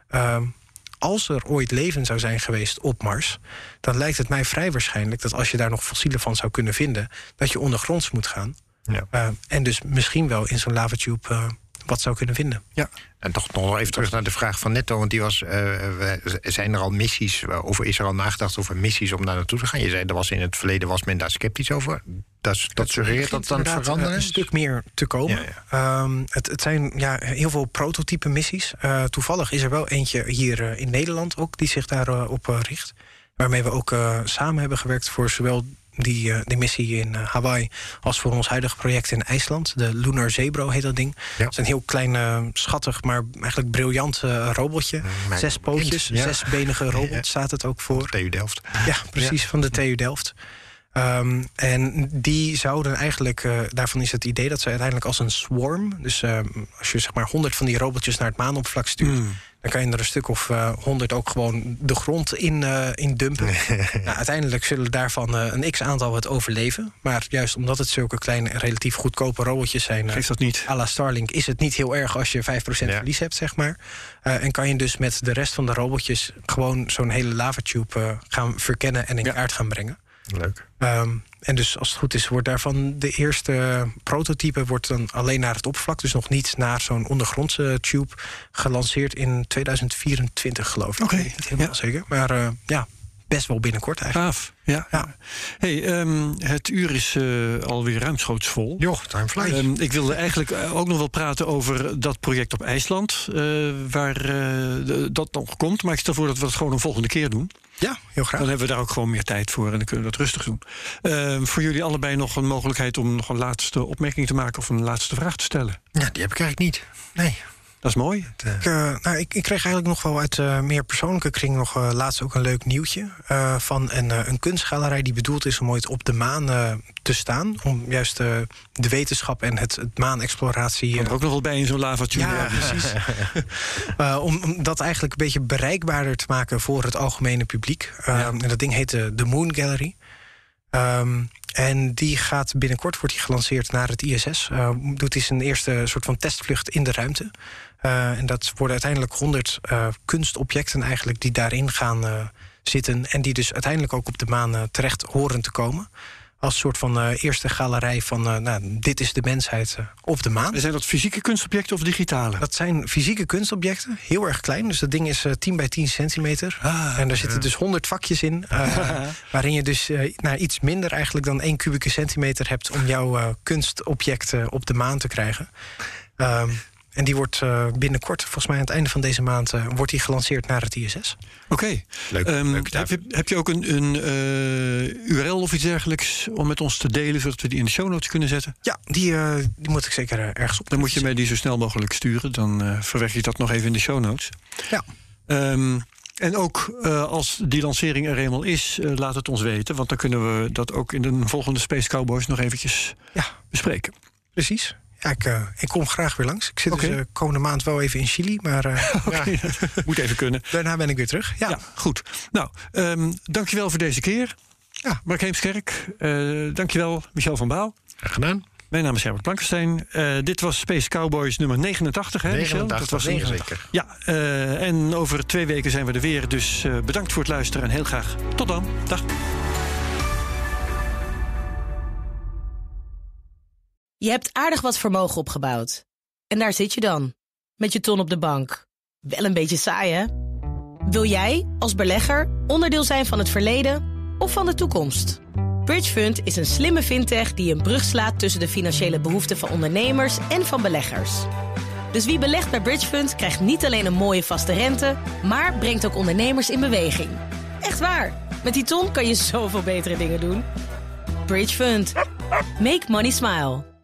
Als er ooit leven zou zijn geweest op Mars, dan lijkt het mij vrij waarschijnlijk dat als je daar nog fossielen van zou kunnen vinden, dat je ondergronds moet gaan. En dus misschien wel in zo'n lavatube wat zou kunnen vinden. Ja. En toch nog even terug naar de vraag van Netto, want die was, zijn er al missies, of is er al nagedacht over missies om daar naartoe te gaan? Je zei, in het verleden was men daar sceptisch over. Dat suggereert dat dan veranderen? Een stuk meer te komen. Het zijn heel veel prototype missies. Toevallig is er wel eentje hier in Nederland ook die zich daarop richt. Waarmee we ook samen hebben gewerkt voor zowel die missie in Hawaii als voor ons huidige project in IJsland. De Lunar Zebro heet dat ding. Het is een heel klein, schattig, maar eigenlijk briljant robotje. 6 pootjes, 6-benige robot staat het ook voor. TU Delft. Ja, precies, van de TU Delft. En die zouden eigenlijk, daarvan is het idee dat ze uiteindelijk als een swarm, dus als je zeg maar 100 van die robotjes naar het maanoppervlak stuurt, Dan kan je er een stuk of 100 ook gewoon de grond in dumpen. Uiteindelijk zullen daarvan een x-aantal het overleven. Maar juist omdat het zulke kleine en relatief goedkope robotjes zijn... Geeft dat niet. À la Starlink is het niet heel erg als je 5% verlies hebt, zeg maar. En kan je dus met de rest van de robotjes... gewoon zo'n hele lavatube gaan verkennen en in kaart gaan brengen. Leuk. En dus als het goed is, wordt daarvan de eerste prototype... wordt dan alleen naar het oppervlak, dus nog niet naar zo'n ondergrondse tube... gelanceerd in 2024, geloof ik. Oké. Niet helemaal zeker, maar best wel binnenkort eigenlijk. Gaaf. Ja. Hey, het uur is alweer ruimschoots vol. Joh, time flies. Ik wilde eigenlijk ook nog wel praten over dat project op IJsland... waar dat nog komt. Maar ik stel voor dat we dat gewoon een volgende keer doen. Ja, heel graag. Dan hebben we daar ook gewoon meer tijd voor en dan kunnen we dat rustig doen. Voor jullie allebei nog een mogelijkheid om nog een laatste opmerking te maken... of een laatste vraag te stellen. Ja, die heb ik eigenlijk niet. Nee. Dat is mooi. Ik kreeg eigenlijk nog wel uit meer persoonlijke kring... nog laatst ook een leuk nieuwtje van een kunstgalerij... die bedoeld is om ooit op de maan te staan. Om juist de wetenschap en het maanexploratie... Kan er ook nog wel bij in zo'n lavatube. Ja, precies. Om dat eigenlijk een beetje bereikbaarder te maken... voor het algemene publiek. En dat ding heet de Moon Gallery. En die gaat binnenkort, wordt die gelanceerd naar het ISS. Doet hij zijn eerste soort van testvlucht in de ruimte. En dat worden uiteindelijk 100 kunstobjecten eigenlijk die daarin gaan zitten. En die dus uiteindelijk ook op de maan terecht horen te komen. Als soort van eerste galerij van dit is de mensheid op de maan. Zijn dat fysieke kunstobjecten of digitale? Dat zijn fysieke kunstobjecten, heel erg klein. Dus dat ding is 10 bij 10 centimeter. En daar zitten dus 100 vakjes in. Waarin je dus iets minder eigenlijk dan 1 kubieke centimeter hebt... om jouw kunstobject op de maan te krijgen. En die wordt binnenkort, volgens mij aan het einde van deze maand... wordt die gelanceerd naar het ISS. Oké. Leuk. Heb je ook een URL of iets dergelijks om met ons te delen... zodat we die in de show notes kunnen zetten? Ja, die moet ik zeker ergens op. Dan moet je mij die zo snel mogelijk sturen. Dan verwerk ik dat nog even in de show notes. Ja. En ook als die lancering er eenmaal is, laat het ons weten. Want dan kunnen we dat ook in de volgende Space Cowboys nog eventjes bespreken. Precies. Ja, ik kom graag weer langs. Ik zit dus komende maand wel even in Chili, maar moet even kunnen. Daarna ben ik weer terug. Ja, goed. Nou, dankjewel voor deze keer. Ja. Mark Heemskerk, dankjewel Michel van Baal. Graag gedaan. Mijn naam is Herbert Blankenstein. Dit was Space Cowboys nummer 89, hè, Michel? Dat was zeker. Ja, en over 2 weken zijn we er weer. Dus bedankt voor het luisteren en heel graag tot dan. Dag. Je hebt aardig wat vermogen opgebouwd. En daar zit je dan, met je ton op de bank. Wel een beetje saai, hè? Wil jij, als belegger, onderdeel zijn van het verleden of van de toekomst? Bridgefund is een slimme fintech die een brug slaat... tussen de financiële behoeften van ondernemers en van beleggers. Dus wie belegt bij Bridgefund krijgt niet alleen een mooie vaste rente... maar brengt ook ondernemers in beweging. Echt waar, met die ton kan je zoveel betere dingen doen. Bridgefund. Make money smile.